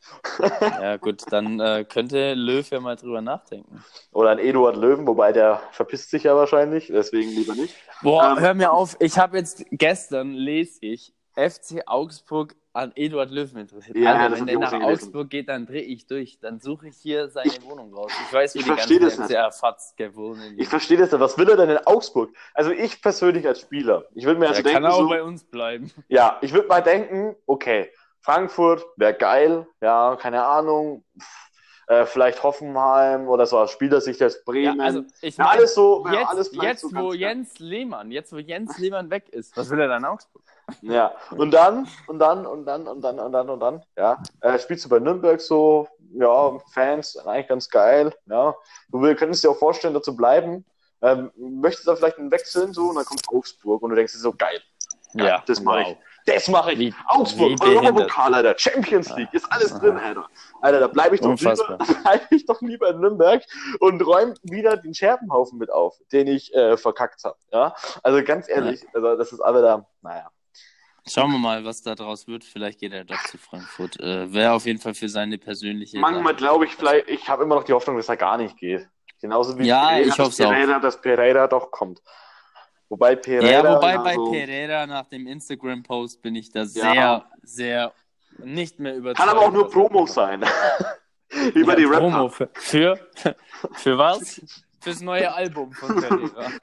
Ja, gut, dann äh, könnte Löw ja mal drüber nachdenken. Oder ein Eduard Löwen, wobei der verpisst sich ja wahrscheinlich, deswegen lieber nicht. Boah, Ähm, hör mir auf. Ich habe jetzt gestern lese ich F C Augsburg an Eduard Löwen interessiert. Ja, Alter, das wenn hab der ich auch nach schon gelesen. Augsburg geht, dann drehe ich durch. Dann suche ich hier seine Wohnung raus. Ich weiß, wo Ich die versteh das ganzen nicht. F C R-Fatzke wohnen. Ich verstehe das nicht. Was will er denn in Augsburg? Also ich persönlich als Spieler, ich würde mir also Der kann denken, auch so, bei uns bleiben. ja, ich würde mal denken, okay, Frankfurt wäre geil, ja, keine Ahnung, äh, vielleicht Hoffenheim oder so aus Spielersicht als Ja, Bremen. also ich Ja, meine, alles so, ja, jetzt, alles vielleicht jetzt so wo ganz geil. Jens Lehmann, jetzt wo Jens Lehmann weg ist, was will er dann in Augsburg? Ja, und dann, und dann, und dann, und dann, und dann, und dann, ja, äh, spielst du bei Nürnberg so, ja, Fans, eigentlich ganz geil, ja, du will- könntest dir auch vorstellen, da zu bleiben, ähm, möchtest da vielleicht einen wechseln, so, und dann kommt Augsburg und du denkst dir so, geil, Ja, das mache wow. ich, das mache ich, Wie- Augsburg, wie behindert. Europapokal, Alter, Champions League, ist alles drin, Alter, Alter, da bleibe ich doch lieber, Unfassbar. da bleibe ich doch lieber in Nürnberg und räume wieder den Scherbenhaufen mit auf, den ich äh, verkackt habe, ja, also ganz ehrlich, also das ist aber da, naja. Schauen wir mal, was da draus wird. Vielleicht geht er doch zu Frankfurt. Äh, Wäre auf jeden Fall für seine persönliche... Manchmal glaube ich vielleicht, ich habe immer noch die Hoffnung, dass er gar nicht geht. Genauso wie Ja, Pereira, ich hoff's dass Pereira, dass Pereira doch kommt. Wobei Pereira... Ja, wobei bei so, Pereira nach dem Instagram-Post bin ich da Ja. sehr, sehr nicht mehr überzeugt. kann aber auch nur dass er- Promo sein. wie bei Ja, die Promo Rapper. für, für, für was? Fürs neue Album von Pereira.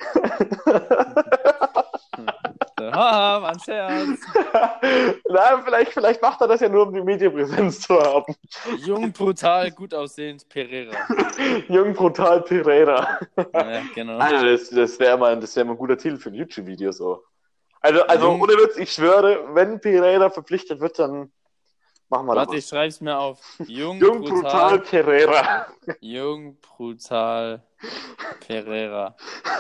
Haha, war ein Scherz. Na, vielleicht, vielleicht macht er das ja nur, um die Medienpräsenz zu haben. Jung, brutal, gut aussehend, Pereira. Jung, brutal Pereira. Ja, genau. Alter, das, das wäre mal, das wär mal ein guter Titel für ein YouTube-Video so. Also, also Jung- ohne Witz, ich schwöre, wenn Pereira verpflichtet wird, dann machen wir Warte, das. ich schreib's mir auf. Jung, Jung, brutal brutal, Pereira. Jung, brutal, Pereira.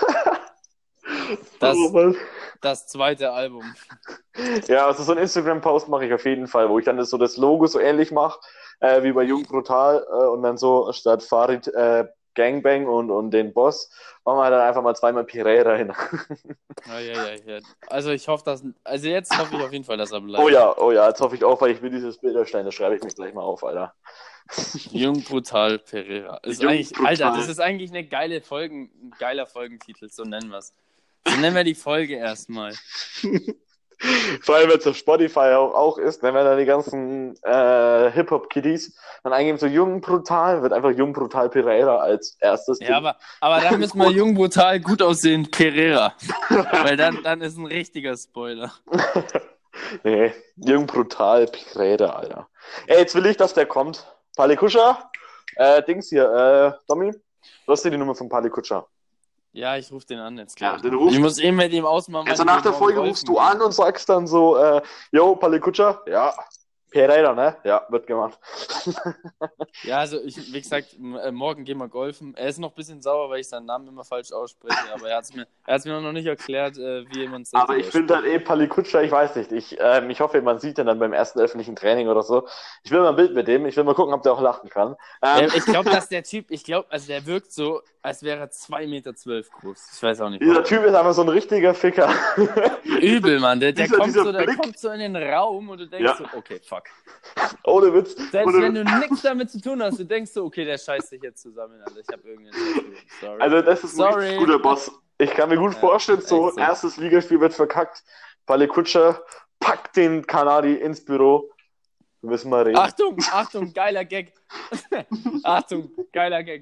Das, Oh, Mann. das zweite Album. Ja, also so einen Instagram-Post mache ich auf jeden Fall, wo ich dann das, so das Logo so ähnlich mache, äh, wie bei Jung Brutal äh, und dann so statt Farid äh, Gangbang und, und den Boss, machen wir dann einfach mal zweimal Pereira hin. Ja, ja, ja, ja. Also ich hoffe, dass. Also jetzt hoffe ich auf jeden Fall, dass er bleibt. Oh ja, oh ja, jetzt hoffe ich auch, weil ich will dieses Bild erstellen, das schreibe ich mir gleich mal auf, Alter. Jung, brutal, Pereira. Ist Jung, eigentlich, brutal. Alter, das ist eigentlich eine geile Folgen, ein geiler Folgentitel, so nennen wir es. So nennen wir die Folge erstmal. Vor allem, wenn es auf Spotify auch, auch ist, ne, wenn dann die ganzen äh, Hip-Hop-Kiddies dann eingeben, so Jung Brutal, wird einfach Jung Brutal Pereira als erstes. Ja, aber, aber dann müssen wir Jung, brutal, gut aussehen, Pereira. Weil dann, dann ist ein richtiger Spoiler. Nee, Jung Brutal Pereira, Alter. Ey, jetzt will ich, dass der kommt. Palikuscha, äh, Dings hier, äh, Domi, du hast dir die Nummer von Palikuscha. Ja, ich rufe den an jetzt Ja, gleich. den rufst- ich muss eben mit ihm ausmachen. Also weil nach der wir Folge morgen rufst golfen du an und sagst dann so, äh, yo, Palikuscha, ja, Pereira, ne? Ja, wird gemacht. Ja, also ich, wie gesagt, m- äh, morgen gehen wir golfen. Er ist noch ein bisschen sauer, weil ich seinen Namen immer falsch ausspreche, aber er hat es mir, er hat's mir noch nicht erklärt, äh, wie man es Aber richtig ich finde ausspricht. halt eh Palikutscher, ich weiß nicht. Ich, ähm, ich hoffe, man sieht ihn dann beim ersten öffentlichen Training oder so. Ich will mal ein Bild mit dem. Ich will mal gucken, ob der auch lachen kann. Ähm, Äh, ich glaube, dass der Typ, ich glaube, also der wirkt so, als wäre er zwei Meter zwölf groß. Ich weiß auch nicht dieser warum. Typ ist einfach so ein richtiger Ficker. Übel, Mann. Der, der, dieser- kommt dieser so, der Blick. kommt so in den Raum und du denkst Ja. so, okay, fuck. Ohne Witz. Selbst Ohne wenn Witz. du nichts damit zu tun hast, du denkst so, okay, der scheißt sich jetzt zusammen, Alter. Ich habe irgendeinen Tattoo. Sorry. Also das ist ein Sorry. richtig guter Boss. Ich kann mir gut Ja, vorstellen, so, echt so. erstes Ligaspiel wird verkackt. Palikutscher packt den Kanadi ins Büro. Wir müssen mal reden. Achtung, Achtung, geiler Gag. Achtung, geiler Gag.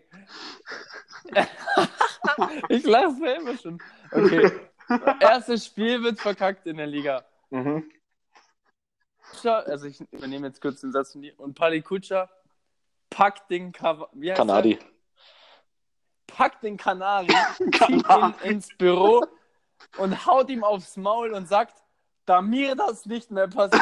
Ich lache selber schon. Okay. Erstes Spiel wird verkackt in der Liga. Mhm. Also ich übernehme jetzt kurz den Satz von dir. Und Palikutscher packt den Kav- wie heißt Kanadi. der? Packt den Kanari, zieht ihn Kanari. ins Büro und haut ihm aufs Maul und sagt, da mir das nicht mehr passiert.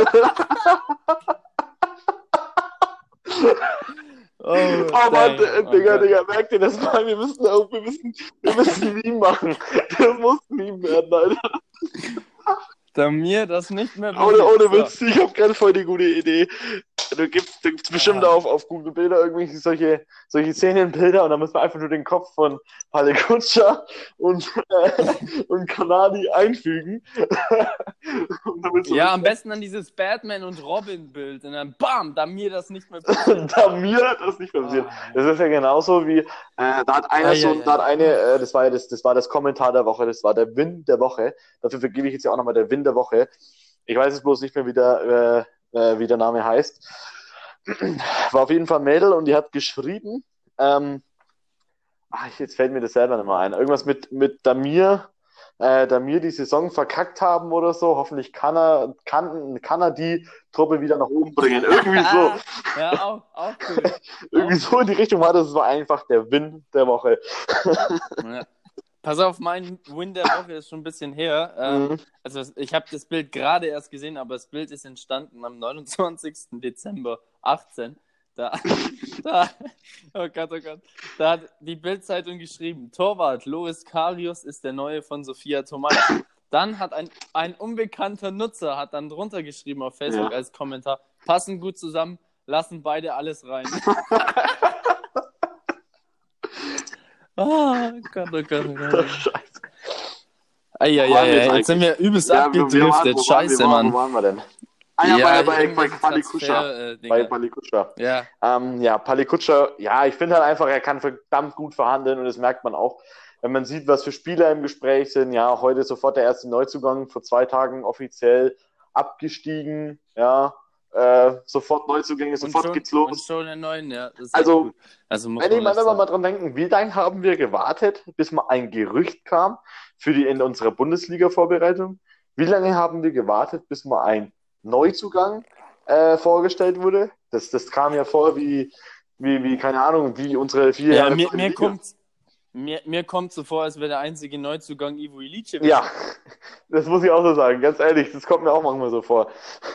Oh, Oh Mann, dang. Oh Digga, Gott. Digga, merkt ihr das mal? Wir müssen auch, wir müssen, wir müssen ein Meme machen. Das muss ein Meme werden, Alter. Da mir das nicht mehr Ohne, ohne So. Witz, ich habe gerade voll die gute Idee. Du gibst, du gibst bestimmt Ah. auf, auf Google Bilder irgendwelche solche, solche Szenenbilder und dann müssen wir einfach nur den Kopf von Palikutscher und, äh, und Kanadi einfügen. Und damit so Ja, am besten dann dieses Batman- und Robin-Bild und dann BAM, da mir das nicht mehr passiert. da mir das nicht passiert. Ah. Das ist ja genauso wie, äh, da hat einer Ah, so, ja, ja, da hat ja. eine, äh, das war ja das, das war das Kommentar der Woche, das war der Win der Woche. Dafür vergebe ich jetzt ja auch nochmal der Win der Woche. Ich weiß jetzt bloß nicht mehr, wie der, äh, äh, wie der Name heißt. War auf jeden Fall ein Mädel und die hat geschrieben, ähm, ach, jetzt fällt mir das selber nicht mehr ein. Irgendwas mit, mit Damir, äh, Damir die Saison verkackt haben oder so. Hoffentlich kann er, kann, kann er die Truppe wieder nach oben bringen. Irgendwie so. Ja, auch, auch cool. Irgendwie so in die Richtung war das. Es war einfach der Win der Woche. Ja. Pass auf, mein Win der Woche ist schon ein bisschen her. Ähm, Mhm. also ich habe das Bild gerade erst gesehen, aber das Bild ist entstanden am neunundzwanzigsten Dezember achtzehn. Da, da, oh Gott, oh Gott. Da hat die Bild-Zeitung geschrieben, Torwart Loris Karius ist der neue von Sophia Tomalla. Dann hat ein, ein unbekannter Nutzer hat dann drunter geschrieben auf Facebook Ja. als Kommentar, passen gut zusammen, lassen beide alles rein. Oh Gott, oh Gott, oh Gott. Scheiße. Eieiei, Wo waren wir jetzt jetzt sind wir übelst Ja, wir- wir waren- abgedriftet. wo waren- Scheiße, wo waren- Mann. Wo waren wir denn? Ah ja, bei, bei, bei irgendwelche Palikutscher. Transfer, äh, Dinger. Bei Palikutscher. Ja, Ähm, ja, Palikutscher, ja, ich finde halt einfach, er kann verdammt gut verhandeln und das merkt man auch, wenn man sieht, was für Spieler im Gespräch sind. Ja, heute sofort der erste Neuzugang, vor zwei Tagen offiziell abgestiegen, ja, äh, sofort Neuzugänge, und sofort schon, geht's und los. schon einen neuen, ja. Das ist Also, echt gut. Also muss Wenn, man ich mal, echt wenn wir mal sagen. dran denken, wie lange haben wir gewartet, bis mal ein Gerücht kam für die in unserer Bundesliga-Vorbereitung? Wie lange haben wir gewartet, bis mal ein Neuzugang äh, vorgestellt wurde? Das, das kam ja vor wie, wie, wie, keine Ahnung, wie unsere vier Ja, Jahre mir, zweite mir, Liga. kommt, mir, mir kommt so vor, als wäre der einzige Neuzugang Ivo Ilice. Ja, das muss ich auch so sagen, ganz ehrlich, das kommt mir auch manchmal so vor.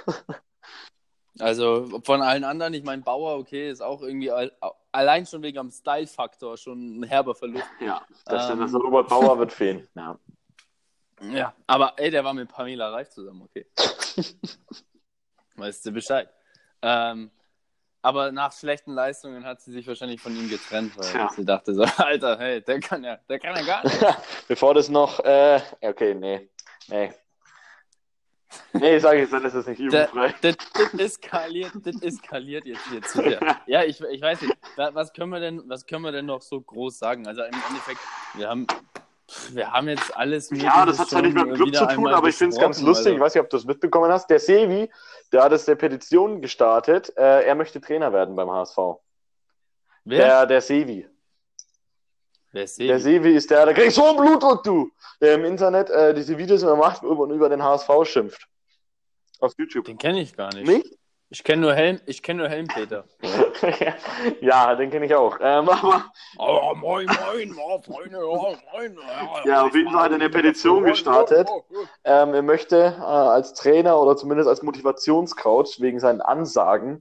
Also von allen anderen, ich meine, Bauer, okay, ist auch irgendwie all, allein schon wegen am Style-Faktor schon ein herber Verlust. Ja, das, Ähm. das Robert Bauer wird fehlen. Ja. Ja, aber ey, der war mit Pamela Reif zusammen, okay. Weißt du Bescheid. Ähm, aber nach schlechten Leistungen hat sie sich wahrscheinlich von ihm getrennt, weil Ja. sie dachte so, Alter, hey, der kann ja, der kann ja gar nicht. Bevor das noch, äh, okay, nee, nee. Nee, sag ich, dann ist das nicht Das, jugendfrei. das, das eskaliert, das eskaliert jetzt hier zu sehr. Ja, ich, ich weiß nicht, wa- was können wir denn, was können wir denn noch so groß sagen? Also im Endeffekt, wir haben, wir haben jetzt alles Ja, das Mögliche hat zwar nicht mit dem schon Club wieder zu tun, einmal aber ich finde es ganz besprochen, lustig. Ich also- weiß nicht, ob du es mitbekommen hast. Der Sevi, der hat jetzt eine Petition gestartet. Äh, er möchte Trainer werden beim H S V. Wer? Der, der Sevi. Wer ist Der Sevi? Sevi ist der, der kriegt so einen Blutdruck, du! Der im Internet äh, diese Videos immer macht und über den H S V schimpft. Auf YouTube. Den kenne ich gar nicht. Nicht? Ich kenne nur Helm, ich kenne nur Helmpeter. Ja, den kenne ich auch. Ähm, aber Oh, moin, moin, oh, Freunde, oh, moin. Ja, auf jeden Fall hat er eine Petition gestartet. ähm, er möchte äh, als Trainer oder zumindest als Motivationscoach wegen seinen Ansagen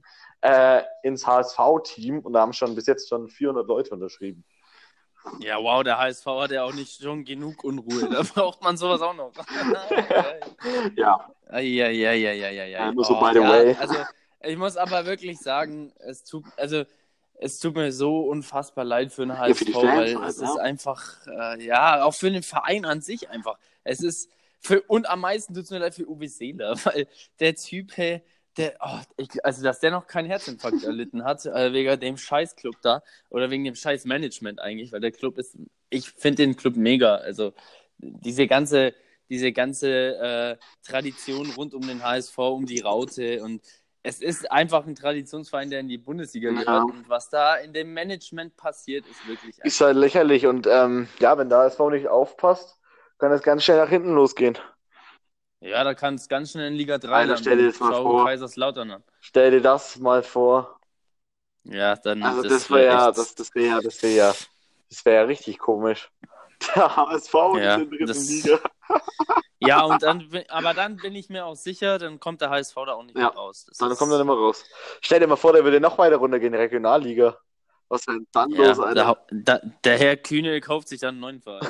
äh, ins H S V-Team und da haben schon bis jetzt schon vierhundert Leute unterschrieben. Ja, wow, der H S V hat ja auch nicht schon genug Unruhe. Da braucht man sowas auch noch. ja. Ja, ja, ja, ja, ja, ja. Ja, nur so oh, by the ja, way. Also, ich muss aber wirklich sagen, es tut, also, es tut mir so unfassbar leid für den H S V, ja, für die Fans, weil halt, es ja. ist einfach, äh, ja, auch für den Verein an sich einfach. Es ist, für, und am meisten tut es mir leid für Uwe Seeler, weil der Typ, hey, der, oh, ich, also dass der noch keinen Herzinfarkt erlitten hat, äh, wegen dem Scheißclub da oder wegen dem Scheißmanagement eigentlich, weil der Club ist, ich finde den Club mega, also diese ganze, diese ganze äh, Tradition rund um den H S V, um die Raute und es ist einfach ein Traditionsverein, der in die Bundesliga gehört Ja. und was da in dem Management passiert, ist wirklich Ist halt lächerlich und ähm, ja, wenn der H S V nicht aufpasst, kann es ganz schnell nach hinten losgehen. Ja, da kann es ganz schnell in Liga drei Alter, stell dir das mal Schau vor. Kaiserslautern an. Stell dir das mal vor. Ja, dann Also das, das wär wäre ja, echt- das, das wäre ja, das wäre ja, das wäre ja richtig komisch. Der H S V Ja, ist in der dritten das- Liga. Ja, und dann, bin- aber dann bin ich mir auch sicher, dann kommt der H S V da auch nicht Ja, mehr raus. Das Dann ist- kommt er nicht mehr raus. Stell dir mal vor, der würde noch weiter runtergehen, Regionalliga. Was wäre denn dann ja, los, der, Alter? Hau- da, der Herr Kühne kauft sich dann einen neuen Verein.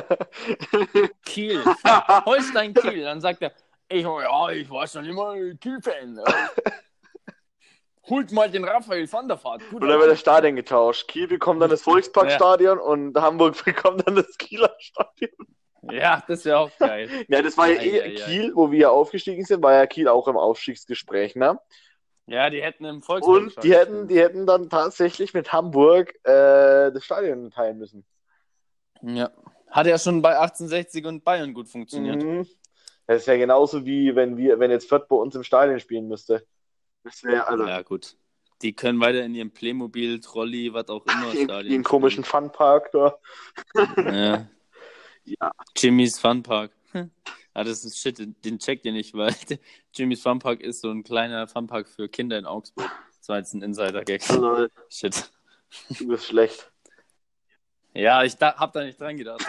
Kiel, Holstein Kiel. Dann sagt er, ich, ja, ich war schon immer Kiel-Fan. Ja. Holt mal den Raphael van der Vaart. Und dann wird das Stadion getauscht. Kiel bekommt dann das Volksparkstadion und Hamburg bekommt dann das Kieler Stadion. Ja, das wäre auch geil. Ja, das war ja Ei, eh ei, ei. Kiel, wo wir ja aufgestiegen sind, war ja Kiel auch im Aufstiegsgespräch, ne? Ja, die hätten im Volkspark Und die hätten, die hätten dann tatsächlich mit Hamburg äh, das Stadion teilen müssen. Ja. Hat ja schon bei achtzehnhundertsechzig und Bayern gut funktioniert. Mhm. Das ist ja genauso wie wenn wir, wenn jetzt Fürth bei uns im Stadion spielen müsste. Das wäre also Ja, gut. Die können weiter in ihrem Playmobil, Trolley, was auch immer in, Stadion in komischen Funpark da. spielen. Ja. Ja. Jimmy's Funpark. Ah, das ist shit, den checkt ihr nicht, weil Jimmy's Funpark ist so ein kleiner Funpark für Kinder in Augsburg. Das war jetzt ein Insider-Gag. Also, Shit. du bist schlecht. Ja, ich da, hab da nicht dran gedacht.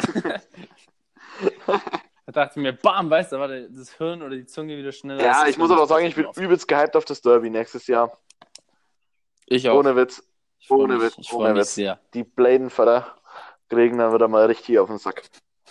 Da dachte ich mir, bam, weißt du, da war der- das Hirn oder die Zunge wieder schneller. Ja, als ich das muss Hirn. aber auch sagen, ich bin übelst gehypt auf das Derby nächstes Jahr. Ich auch. Ohne Witz. Ich freu ohne mich, Witz, Ich ohne freue mich Witz. sehr. Die Bladenvater kriegen dann wieder mal richtig auf den Sack.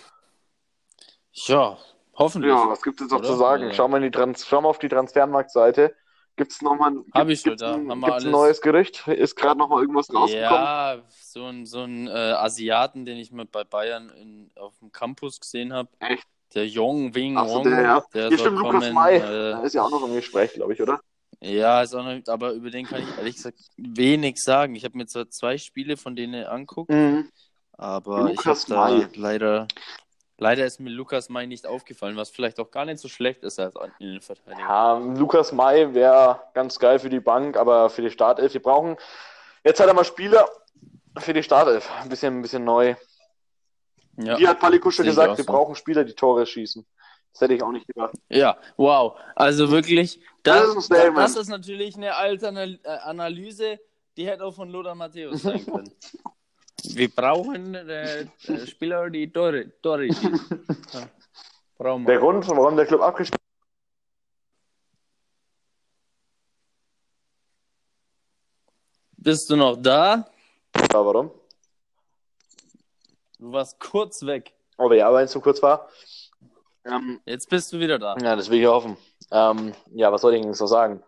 Ja, hoffentlich. Ja, was gibt es jetzt noch Oder? zu sagen? Ja. Schau mal, in die Trans- schau mal auf die Transfermarktseite. Gibt es nochmal ein, Hab gibt, ich schon, gibt's da ein, haben wir gibt's ein alles. neues Gerücht? Ist gerade nochmal irgendwas rausgekommen? Ja, so ein, so ein äh, Asiaten, den ich mal bei Bayern in, auf dem Campus gesehen habe. Echt? Der Jong Wing Achso, Wong. der, ja. Der Hier soll stimmt, Lukas kommen, May. äh, Der ist ja auch noch im Gespräch, glaube ich, oder? Ja, ist auch noch, aber über den kann ich ehrlich gesagt wenig sagen. Ich habe mir zwar zwei Spiele von denen anguckt, Mhm. aber Lukas ich habe May. da leider, leider ist mir Lukas May nicht aufgefallen, was vielleicht auch gar nicht so schlecht ist als Innenverteidiger. Ja, Lukas May wäre ganz geil für die Bank, aber für die Startelf. Wir brauchen jetzt halt einmal Spieler für die Startelf. Ein bisschen, ein bisschen neu. Ja, Wie hat Palikuscha sehe ich gesagt, auch wir so. brauchen Spieler, die Tore schießen. Das hätte ich auch nicht gedacht. ja, wow. Also wirklich, Das das, ist ein das, Statement. das ist natürlich eine Alterne äh, Analyse, die hätte auch von Lothar Matthäus sein können. Wir brauchen äh, äh, Spieler, die Tore, Tore schießen. Ja, brauchen Der wir. Grund, warum der Club abgestiegen Bist du noch da? war, warum? Du warst kurz weg. Aber ja, weil es so kurz war. Ähm, Jetzt bist du wieder da. ja, das will ich hoffen. Ähm, ja, was soll ich Ihnen so sagen?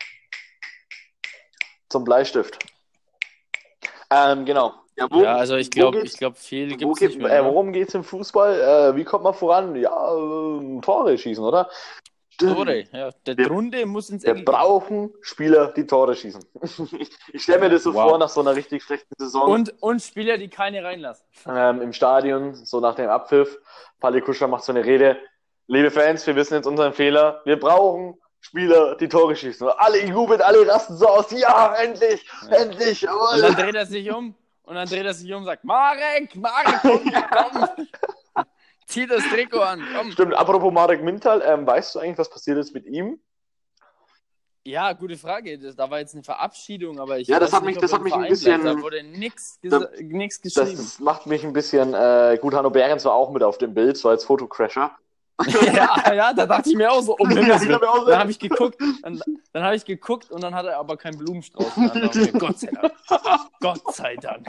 Zum Bleistift. Ähm, genau. Ja, wo, Ja, also ich wo glaube, geht's- ich glaube, viel wo gibt es geht, nicht äh, mehr. ne? worum geht es im Fußball? Äh, wie kommt man voran? Ja, äh, Tore schießen, oder? Stimmt. Tore, ja. Der Wir- Drunde muss ins Wir Ecke gehen. brauchen Spieler, die Tore schießen. ich stelle mir das so Wow. vor, nach so einer richtig schlechten Saison Und, und Spieler, die keine reinlassen. ähm, im Stadion, so nach dem Abpfiff. Palikuscha macht so eine Rede. Liebe Fans, wir wissen jetzt unseren Fehler. Wir brauchen Spieler, die Tore schießen. Und alle jubeln, alle rasten so aus. Ja, endlich, Ja. endlich, Und dann jawohl. dreht er sich um und dann dreht er sich um und sagt, Marek, Marek, komm, komm. Zieh das Trikot an, komm. Stimmt, apropos Marek Mintal, ähm, weißt du eigentlich, was passiert ist mit ihm? Ja, gute Frage. Das, da war jetzt eine Verabschiedung, aber ich Ja, das weiß hat nicht, mich- ob das er hat im mich ein Verein bisschen- bleibt. Da wurde nichts Da- nix geschrieben. Das macht mich ein bisschen, äh, gut, Hanno Behrens war auch mit auf dem Bild, so als Fotocrasher. ja, ja, da dachte ich mir auch so, um Ja, Himmels ich Willen. hab mir auch so- Dann habe ich geguckt, dann, dann habe ich geguckt und dann hat er aber keinen Blumenstrauß. Und dann dachte ich mir, Gott sei Dank. Gott sei Dank.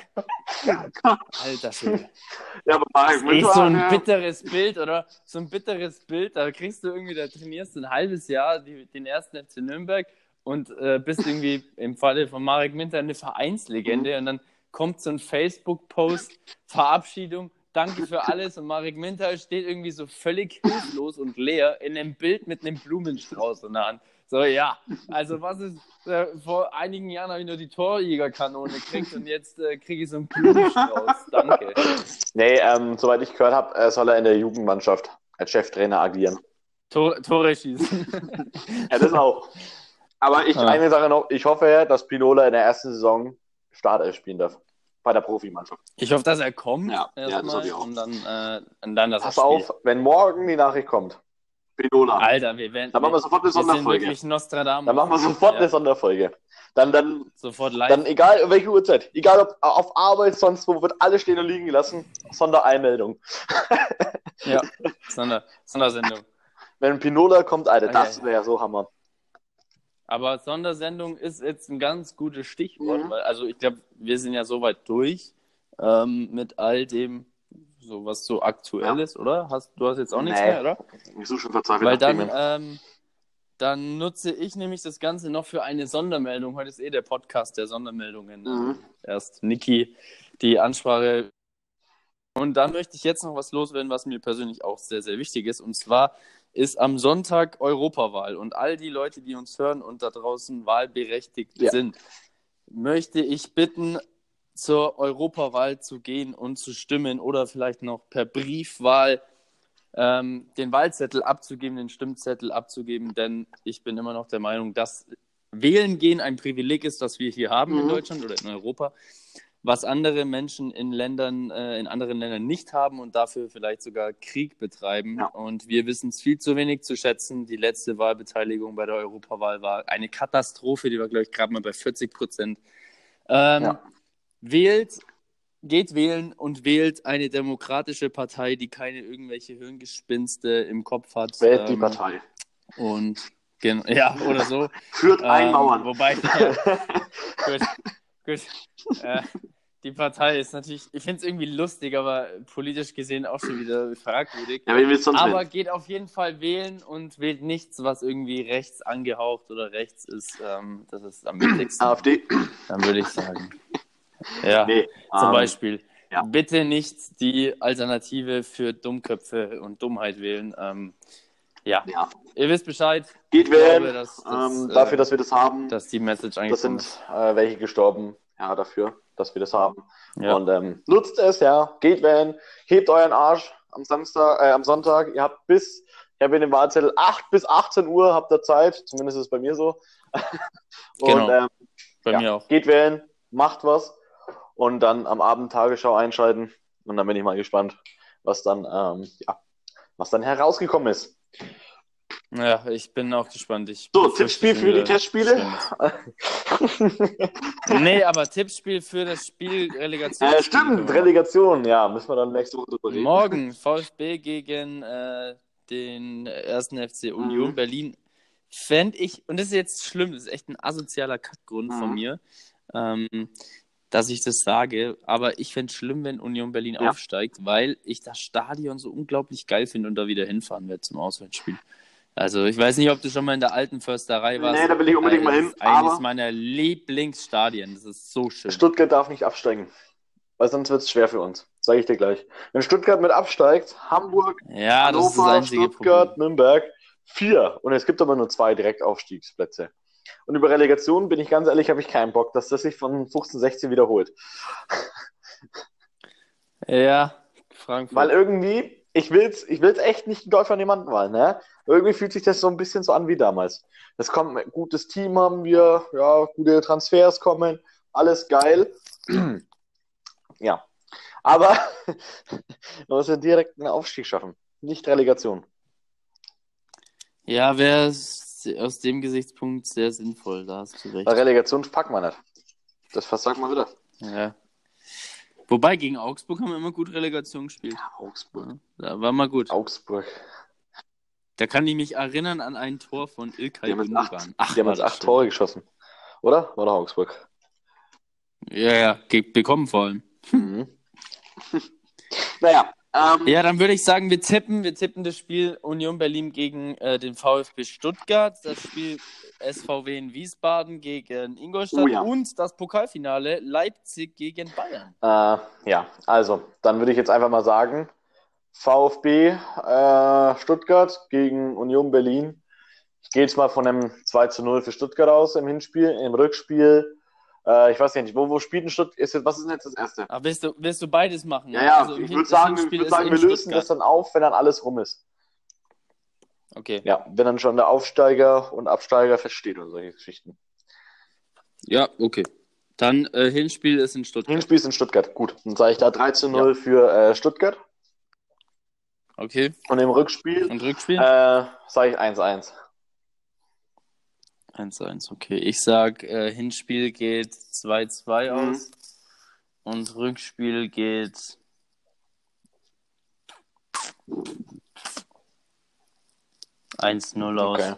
Alter Schwede. Ja, aber Marek Eh Minter, so ein ja. bitteres Bild, oder? So ein bitteres Bild, da kriegst du irgendwie, da trainierst du ein halbes Jahr die, den ersten F C Nürnberg und äh, bist irgendwie im Falle von Marek Minter eine Vereinslegende Mhm. und dann kommt so ein Facebook-Post, Verabschiedung, danke für alles und Marek Minter steht irgendwie so völlig hilflos und leer in einem Bild mit einem Blumenstrauß in der Hand. So, ja, also was ist, äh, vor einigen Jahren habe ich nur die Torjägerkanone gekriegt und jetzt äh, kriege ich so einen Blumenstrauß. Danke. Nee, ähm, soweit ich gehört habe, äh, soll er in der Jugendmannschaft als Cheftrainer agieren. Tor, Tore schießen. Ja, das auch. Aber ich, Ah. eine Sache noch, ich hoffe, dass Pinola in der ersten Saison Startelf spielen darf. Bei der Profimannschaft. Ich hoffe, dass er kommt. Ja, ja, das erstmal hoffe ich auch. und dann, äh, und dann dass Pass er auf, spielt. wenn morgen die Nachricht kommt, Pinola, Alter, wir werden. dann machen wir sofort eine wir sind Sonderfolge. wirklich Nostradamus. Dann machen wir sofort Ja. eine Sonderfolge. Dann, dann, Sofort live. dann egal um welche Uhrzeit, egal ob auf Arbeit, sonst wo, wird alles stehen und liegen gelassen. Sondereinmeldung. Ja, Sonder, Sondersendung. Wenn Pinola kommt, Alter, Ah, das ja, ja. wäre so Hammer. Aber Sondersendung ist jetzt ein ganz gutes Stichwort, Mhm. weil, also ich glaube, wir sind ja soweit durch ähm, mit all dem, so was so aktuell Ja. ist, oder? Hast, du hast jetzt auch nichts Nee. mehr, oder? Ich suche schon verzweifelt Weil nach dann, Themen. ähm, dann nutze ich nämlich das Ganze noch für eine Sondermeldung. Heute ist eh der Podcast der Sondermeldungen. Mhm. Erst Niki die Ansprache. Und dann möchte ich jetzt noch was loswerden, was mir persönlich auch sehr, sehr wichtig ist. Und zwar ist am Sonntag Europawahl. Und all die Leute, die uns hören und da draußen wahlberechtigt Ja. sind, möchte ich bitten, zur Europawahl zu gehen und zu stimmen oder vielleicht noch per Briefwahl ähm, den Wahlzettel abzugeben, den Stimmzettel abzugeben. Denn ich bin immer noch der Meinung, dass Wählen gehen ein Privileg ist, das wir hier haben Mhm. in Deutschland oder in Europa, was andere Menschen in Ländern, äh, in anderen Ländern nicht haben und dafür vielleicht sogar Krieg betreiben. Ja. Und wir wissen es viel zu wenig zu schätzen. Die letzte Wahlbeteiligung bei der Europawahl war eine Katastrophe, die war, glaube ich, gerade mal bei vierzig Prozent. Ähm, Ja. Wählt, geht wählen und wählt eine demokratische Partei, die keine irgendwelche Hirngespinste im Kopf hat. Wählt die ähm, Partei. Und gen- ja, oder so. Führt Ähm, einmauern. Wobei, ja, gut, gut. Äh, die Partei ist natürlich, ich finde es irgendwie lustig, aber politisch gesehen auch schon wieder fragwürdig. Ja, wen willst du sonst Aber wählen? geht auf jeden Fall wählen und wählt nichts, was irgendwie rechts angehaucht oder rechts ist. Ähm, das ist am wichtigsten, AfD? dann würde ich sagen. Ja, Nee. zum ähm, Beispiel. ja. Bitte nicht die Alternative für Dummköpfe und Dummheit wählen. Ähm, ja. Ja. Ihr wisst Bescheid. Geht Ich glaube, wählen. dass, dass, ähm, äh, dafür, dass wir das haben. dass die Message Das angekommen sind ist. äh, welche gestorben. Ja, dafür, dass wir das haben. Ja. Und ähm, nutzt es, ja. Geht wählen. Hebt euren Arsch am Samstag, äh, am Sonntag. Ihr habt bis, ich habe in dem Wahlzettel acht bis achtzehn Uhr habt ihr Zeit. Zumindest ist es bei mir so. Und Genau. ähm, Bei ja, mir auch. geht wählen, macht was und dann am Abend Tagesschau einschalten und dann bin ich mal gespannt, was dann, ähm, ja, was dann herausgekommen ist. Ja, ich bin auch gespannt. Ich So, befürchte Tippspiel schon für die wieder Testspiele? Schlimmes. Nee, aber Tippspiel für das Spiel Relegation. äh, stimmt, Relegation, ja, müssen wir dann nächste Woche drüber reden. Morgen VfB gegen äh, den ersten F C Union Mhm. Berlin. Fände ich, und das ist jetzt schlimm, das ist echt ein asozialer Kackgrund Mhm. von mir, ähm, dass ich das sage, aber ich fände es schlimm, wenn Union Berlin Ja. aufsteigt, weil ich das Stadion so unglaublich geil finde und da wieder hinfahren werde zum Auswärtsspiel. Also ich weiß nicht, ob du schon mal in der alten Försterei warst. Nee, da will ich unbedingt Äh, mal das hin, ist eines aber- meiner Lieblingsstadien. Das ist so schön. Stuttgart darf nicht absteigen, weil sonst wird es schwer für uns, sage ich dir gleich. Wenn Stuttgart mit absteigt, Hamburg, Ja, das ist das Hannover, einzige Stuttgart, Problem. Nürnberg, vier. Und es gibt aber nur zwei Direktaufstiegsplätze. Und über Relegation, bin ich ganz ehrlich, habe ich keinen Bock, dass das sich von fünfzehn, sechzehn wiederholt. Ja, Frankfurt. Weil irgendwie, ich will's, ich will's echt nicht Gold von jemandem malen, ne? Irgendwie fühlt sich das so ein bisschen so an wie damals. Das kommt, ein gutes Team haben wir, ja, gute Transfers kommen, alles geil. Ja. Aber man muss ja direkt einen Aufstieg schaffen, nicht Relegation. Ja, wäre aus dem Gesichtspunkt sehr sinnvoll, da hast du recht. Weil Relegation packt man nicht. Das versagt man wieder. Ja. Wobei, gegen Augsburg haben wir immer gut Relegation gespielt. Augsburg. Ja, da war mal gut. Augsburg. Da kann ich mich erinnern an ein Tor von Ilkay Die haben jetzt Gündogan. acht, die haben war jetzt das acht schön. Tore geschossen. Oder? War doch Augsburg. Ja, ja, ge- bekommen vor allem. Mhm. Naja. Ähm, Ja, dann würde ich sagen, wir tippen, wir tippen das Spiel Union Berlin gegen äh, den VfB Stuttgart, das Spiel S V W in Wiesbaden gegen Ingolstadt Oh ja. und das Pokalfinale Leipzig gegen Bayern. Äh, ja, also, dann würde ich jetzt einfach mal sagen, VfB äh, Stuttgart gegen Union Berlin. Ich gehe jetzt mal von einem zwei zu null für Stuttgart aus im Hinspiel. Im Rückspiel, äh, ich weiß nicht, wo, wo spielt denn Stuttgart? Ist jetzt, was ist denn jetzt das erste? Aber willst du, willst du beides machen? Ja, ja, Also im ich Hin- würde das sagen, ich Hinspiel würd ist sagen in wir lösen Stuttgart. das dann auf, wenn dann alles rum ist. Okay. Ja, wenn dann schon der Aufsteiger und Absteiger feststeht und solche Geschichten. Ja, okay. Dann äh, Hinspiel ist in Stuttgart. Hinspiel ist in Stuttgart, gut. Dann sage ich da drei zu null für äh, Stuttgart. Okay. Und im Rückspiel Und Rückspiel? äh, sage ich eins eins. eins eins, okay. Ich sag, äh, Hinspiel geht zwei zwei Mhm. aus und Rückspiel geht eins null aus. Okay.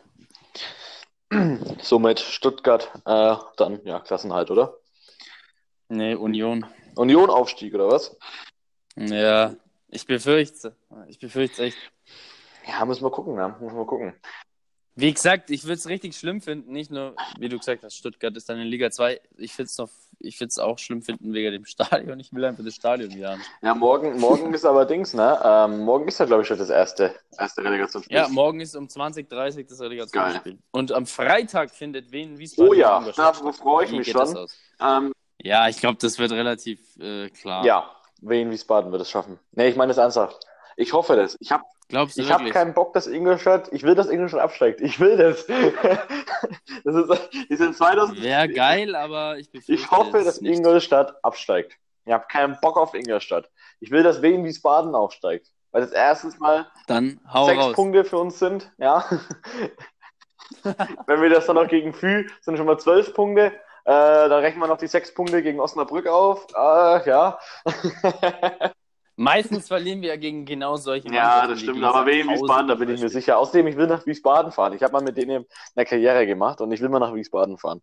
Somit Stuttgart, äh, dann ja, Klassenhalt, oder? Nee, Union. Union Aufstieg, oder was? Ja, ich befürchte Ich befürchte echt. Ja, müssen wir gucken, ne? Müssen wir gucken. Wie gesagt, ich würde es richtig schlimm finden, nicht nur, wie du gesagt hast, Stuttgart ist dann in Liga zwei. Ich finde es noch, ich finde es auch schlimm finden wegen dem Stadion. Ich will einfach das Stadion wieder anschauen. Ja, morgen, morgen ist aber Dings, ne? Ähm, morgen ist ja, glaube ich, schon das erste, erste Relegationsspiel. Ja, morgen ist um zwanzig Uhr dreißig das Relegationsspiel. Und am Freitag findet Wien Wiesbaden Oh ja, gegen Ingolstadt da statt. freue ich Wie mich geht schon. das aus? Ähm, Ja, ich glaube, das wird relativ äh, klar. ja, Wien Wiesbaden wird es schaffen. Nee, ich meine das ernsthaft. Ich hoffe das. Ich habe Glaubst du ich hab wirklich? keinen Bock, dass Ingolstadt, ich will, dass Ingolstadt absteigt. Ich will das. das ist, die sind zweitausend. Wäre geil, aber ich befürchte Ich hoffe, es dass nicht. Ingolstadt absteigt. Ich habe keinen Bock auf Ingolstadt. Ich will, dass Wien Wiesbaden aufsteigt. Weil das erstens mal Dann hau sechs raus. Punkte für uns sind. Ja. Wenn wir das dann noch gegen Fü, sind schon mal zwölf Punkte. Äh, dann rechnen wir noch die sechs Punkte gegen Osnabrück auf. Äh, ja. Meistens verlieren wir ja gegen genau solche Ja, Mannschaften das wie stimmt. die Aber Wien Sandhausen Wiesbaden, da zum bin ich mir Beispiel. sicher. Außerdem, ich will nach Wiesbaden fahren. Ich habe mal mit denen eine Karriere gemacht und ich will mal nach Wiesbaden fahren.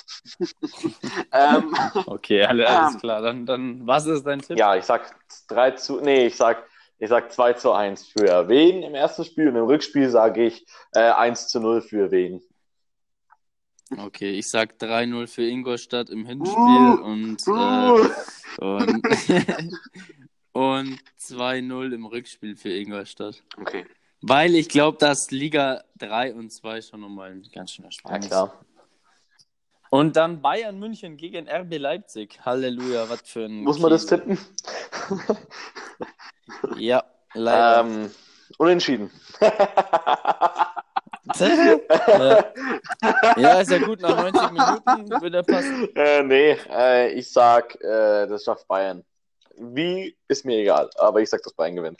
ähm, Okay, alles, alles klar. Dann, dann, was ist dein Tipp? Ja, ich sag drei zu, nee, ich sag, ich sag zwei zu eins für Wien im ersten Spiel und im Rückspiel sage ich äh, eins zu null für Wien. Okay, ich sag drei null für Ingolstadt im Hinspiel Uh, und, uh. äh, und, und zwei null im Rückspiel für Ingolstadt. Okay. Weil ich glaube, dass Liga drei und zwei schon nochmal ein ganz schöner Ja, Sprung ist. klar. Und dann Bayern München gegen R B Leipzig. Halleluja, was für ein Muss man das Käse. tippen? Ja, leider. ähm, unentschieden. ja. ja, ist ja gut, nach neunzig Minuten wird er passen. äh, nee, äh, ich sag, äh, das schafft Bayern. Wie, ist mir egal, aber ich sag, dass Bayern gewinnt.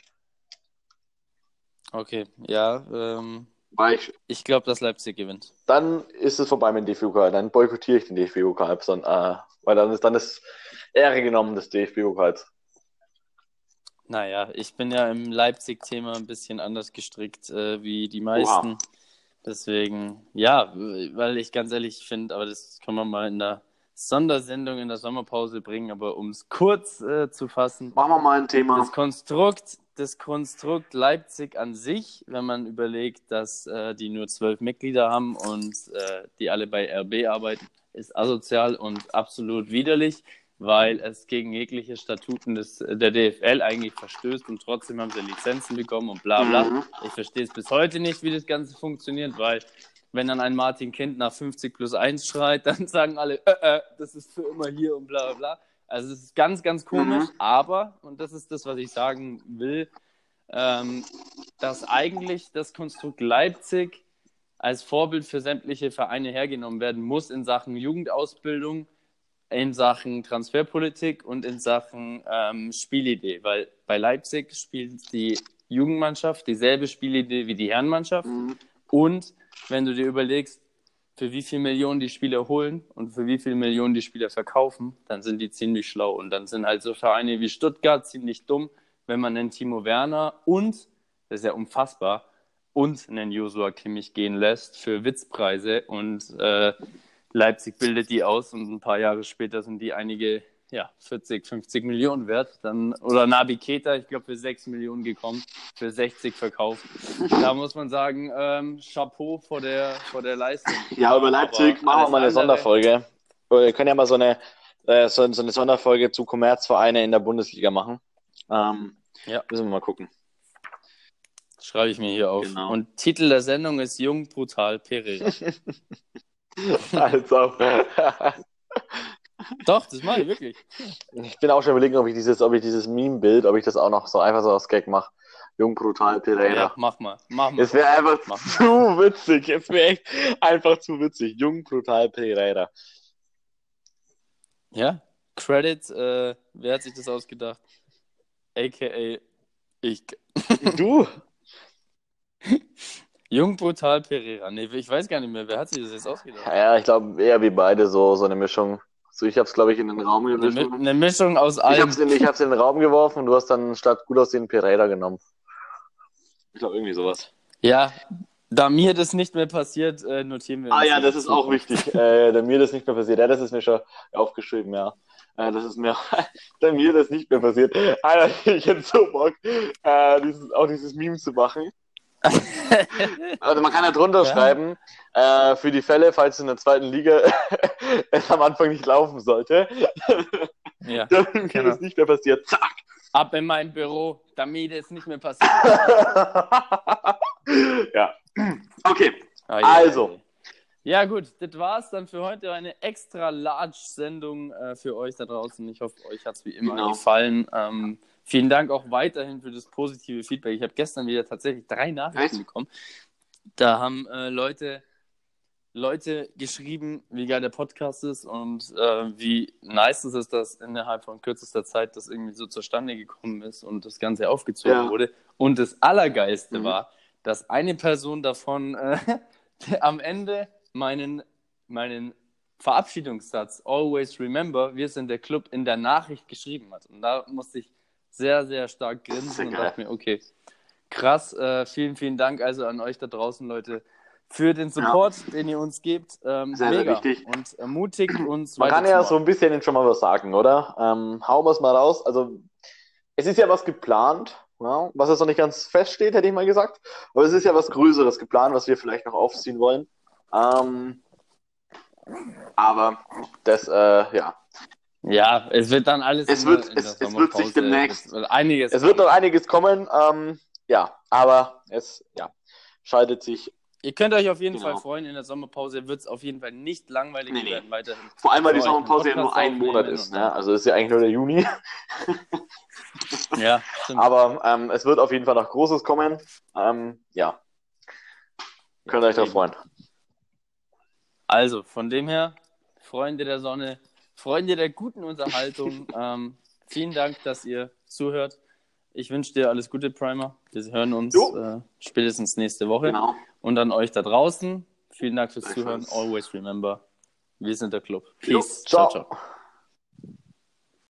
Okay, ja, ähm, Weil ich, ich glaube, dass Leipzig gewinnt. dann ist es vorbei mit dem D F B-Pokal. Dann boykottiere ich den D F B-Pokal, äh, weil dann ist dann ist Ehre genommen des D F B-Pokals. Naja, ich bin ja im Leipzig-Thema ein bisschen anders gestrickt äh, wie die meisten. Oha. Deswegen, ja, weil ich ganz ehrlich finde, aber das kann man mal in der Sondersendung in der Sommerpause bringen, aber um es kurz äh, zu fassen. Machen wir mal ein Thema. Das Konstrukt, das Konstrukt Leipzig an sich, wenn man überlegt, dass äh, die nur zwölf Mitglieder haben und äh, die alle bei R B arbeiten, ist asozial und absolut widerlich, weil es gegen jegliche Statuten des, der D F L eigentlich verstößt und trotzdem haben sie Lizenzen bekommen und bla bla. Mhm. Ich verstehe es bis heute nicht, wie das Ganze funktioniert, weil wenn dann ein Martin Kind nach fünfzig plus eins schreit, dann sagen alle, äh, äh, das ist für immer hier und bla bla bla. Also es ist ganz, ganz komisch, Mhm. aber, und das ist das, was ich sagen will, ähm, dass eigentlich das Konstrukt Leipzig als Vorbild für sämtliche Vereine hergenommen werden muss in Sachen Jugendausbildung, in Sachen Transferpolitik und in Sachen ähm, Spielidee, weil bei Leipzig spielt die Jugendmannschaft dieselbe Spielidee wie die Herrenmannschaft Mhm. und wenn du dir überlegst, für wie viel Millionen die Spieler holen und für wie viele Millionen die Spieler verkaufen, dann sind die ziemlich schlau und dann sind halt so Vereine wie Stuttgart ziemlich dumm, wenn man einen Timo Werner und, das ist ja unfassbar, und einen Joshua Kimmich gehen lässt für Witzpreise und äh, Leipzig bildet die aus und ein paar Jahre später sind die einige, ja, vierzig, fünfzig Millionen wert. Dann, oder Naby Keita, ich glaube, für sechs Millionen gekommen, für sechzig verkauft. Da muss man sagen, ähm, Chapeau vor der, vor der Leistung. Ja, über Leipzig Aber machen wir alles mal eine andere- Sonderfolge. Wir können ja mal so eine, äh, so, so eine Sonderfolge zu Kommerzvereine in der Bundesliga machen. Ähm, Ja. Müssen wir mal gucken. Schreibe ich mir hier auf. Genau. Und Titel der Sendung ist Jung, Brutal, Pereira. Also, Doch, das mache ich wirklich. ich bin auch schon überlegen, ob ich dieses, ob ich dieses Meme-Bild, ob ich das auch noch so einfach so aus Gag mache. Jung, brutal, Pereira. Ja, mach mal. Mach mal. Es wäre einfach Mach zu witzig. Es wäre echt einfach zu witzig. Jung, brutal, Pereira. Ja, Credit, äh, wer hat sich das ausgedacht? A K A ich. Du? Jung, Brutal, Pereira. Nee, ich weiß gar nicht mehr, wer hat sich das jetzt ausgedacht? Ja, ich glaube eher wie beide so, so eine Mischung. So, ich habe es, glaube ich, in den Raum Eine, geworfen. Mi- eine Mischung aus Ich allem. habe es in, ich hab's in den Raum geworfen und du hast dann statt gut aussehenden Pereira genommen. Ich glaube, irgendwie sowas. Ja, da mir das nicht mehr passiert, äh, notieren wir Ah uns ja, in das die ist auch Zukunft. wichtig. Äh, da mir das nicht mehr passiert. Ja, das ist mir schon aufgeschrieben, ja. Äh, das ist mir, da mir das nicht mehr passiert. Alter, ich hätte so Bock, äh, dieses, auch dieses Meme zu machen. Also man kann ja drunter Ja. schreiben, äh, für die Fälle, falls in der zweiten Liga es am Anfang nicht laufen sollte, Ja, damit mir genau. das nicht mehr passiert. Zack! Ab in mein Büro, damit das nicht mehr passiert. Ja. Okay. Ah, ja, Also. ja. Ja gut, das war's dann für heute. Eine extra large Sendung äh, für euch da draußen. Ich hoffe, euch hat's wie immer Genau. gefallen. Ähm, vielen Dank auch weiterhin für das positive Feedback. Ich habe gestern wieder tatsächlich drei Nachrichten Echt? bekommen. Da haben äh, Leute, Leute geschrieben, wie geil der Podcast ist und äh, wie nice es ist, dass innerhalb von kürzester Zeit das irgendwie so zustande gekommen ist und das Ganze aufgezogen Ja. wurde. Und das Allergeilste Mhm. war, dass eine Person davon äh, am Ende meinen, meinen Verabschiedungssatz Always Remember, wir sind der Club, in der Nachricht geschrieben hat. Und da musste ich sehr, sehr stark Sehr grinsen und geil. dachte mir, okay, krass, äh, vielen, vielen Dank also an euch da draußen, Leute, für den Support, den ihr uns gebt. Ähm, Sehr, sehr mega. wichtig. Und ermutigt uns Man kann ja weiterzumachen. so ein bisschen schon mal was sagen, oder? Ähm, hauen wir es mal raus. Also, es ist ja was geplant, ja, was jetzt noch nicht ganz feststeht, hätte ich mal gesagt. Aber es ist ja was Größeres geplant, was wir vielleicht noch aufziehen wollen. Ähm, aber das, äh, ja. Ja, es wird dann alles Es in wird- der, in der es- es wird sich Sommerpause- demnächst- es wird einiges Es wird noch kommen. einiges kommen. Ähm, ja, aber es, ja, scheidet sich. Ihr könnt euch auf jeden Genau. Fall freuen, in der Sommerpause wird es auf jeden Fall nicht langweilig Nee, nee. werden weiterhin. Vor allem, weil die Für euch einen Sommerpause ja nur Podcast ein Monat aufnehmen ist. und Ne? Also, es ist ja eigentlich nur der Juni. Ja, stimmt. Aber ähm, es wird auf jeden Fall noch Großes kommen. Ähm, ja, könnt ihr euch darauf freuen. Also, von dem her, Freunde der Sonne, Freunde der guten Unterhaltung, ähm, vielen Dank, dass ihr zuhört. Ich wünsche dir alles Gute, Primer. Wir hören uns Jo. äh, spätestens nächste Woche. Genau. Und an euch da draußen, vielen Dank fürs Zuhören. Gleichfalls. Always remember, wir sind der Club. Jo, Peace. ciao. ciao. ciao.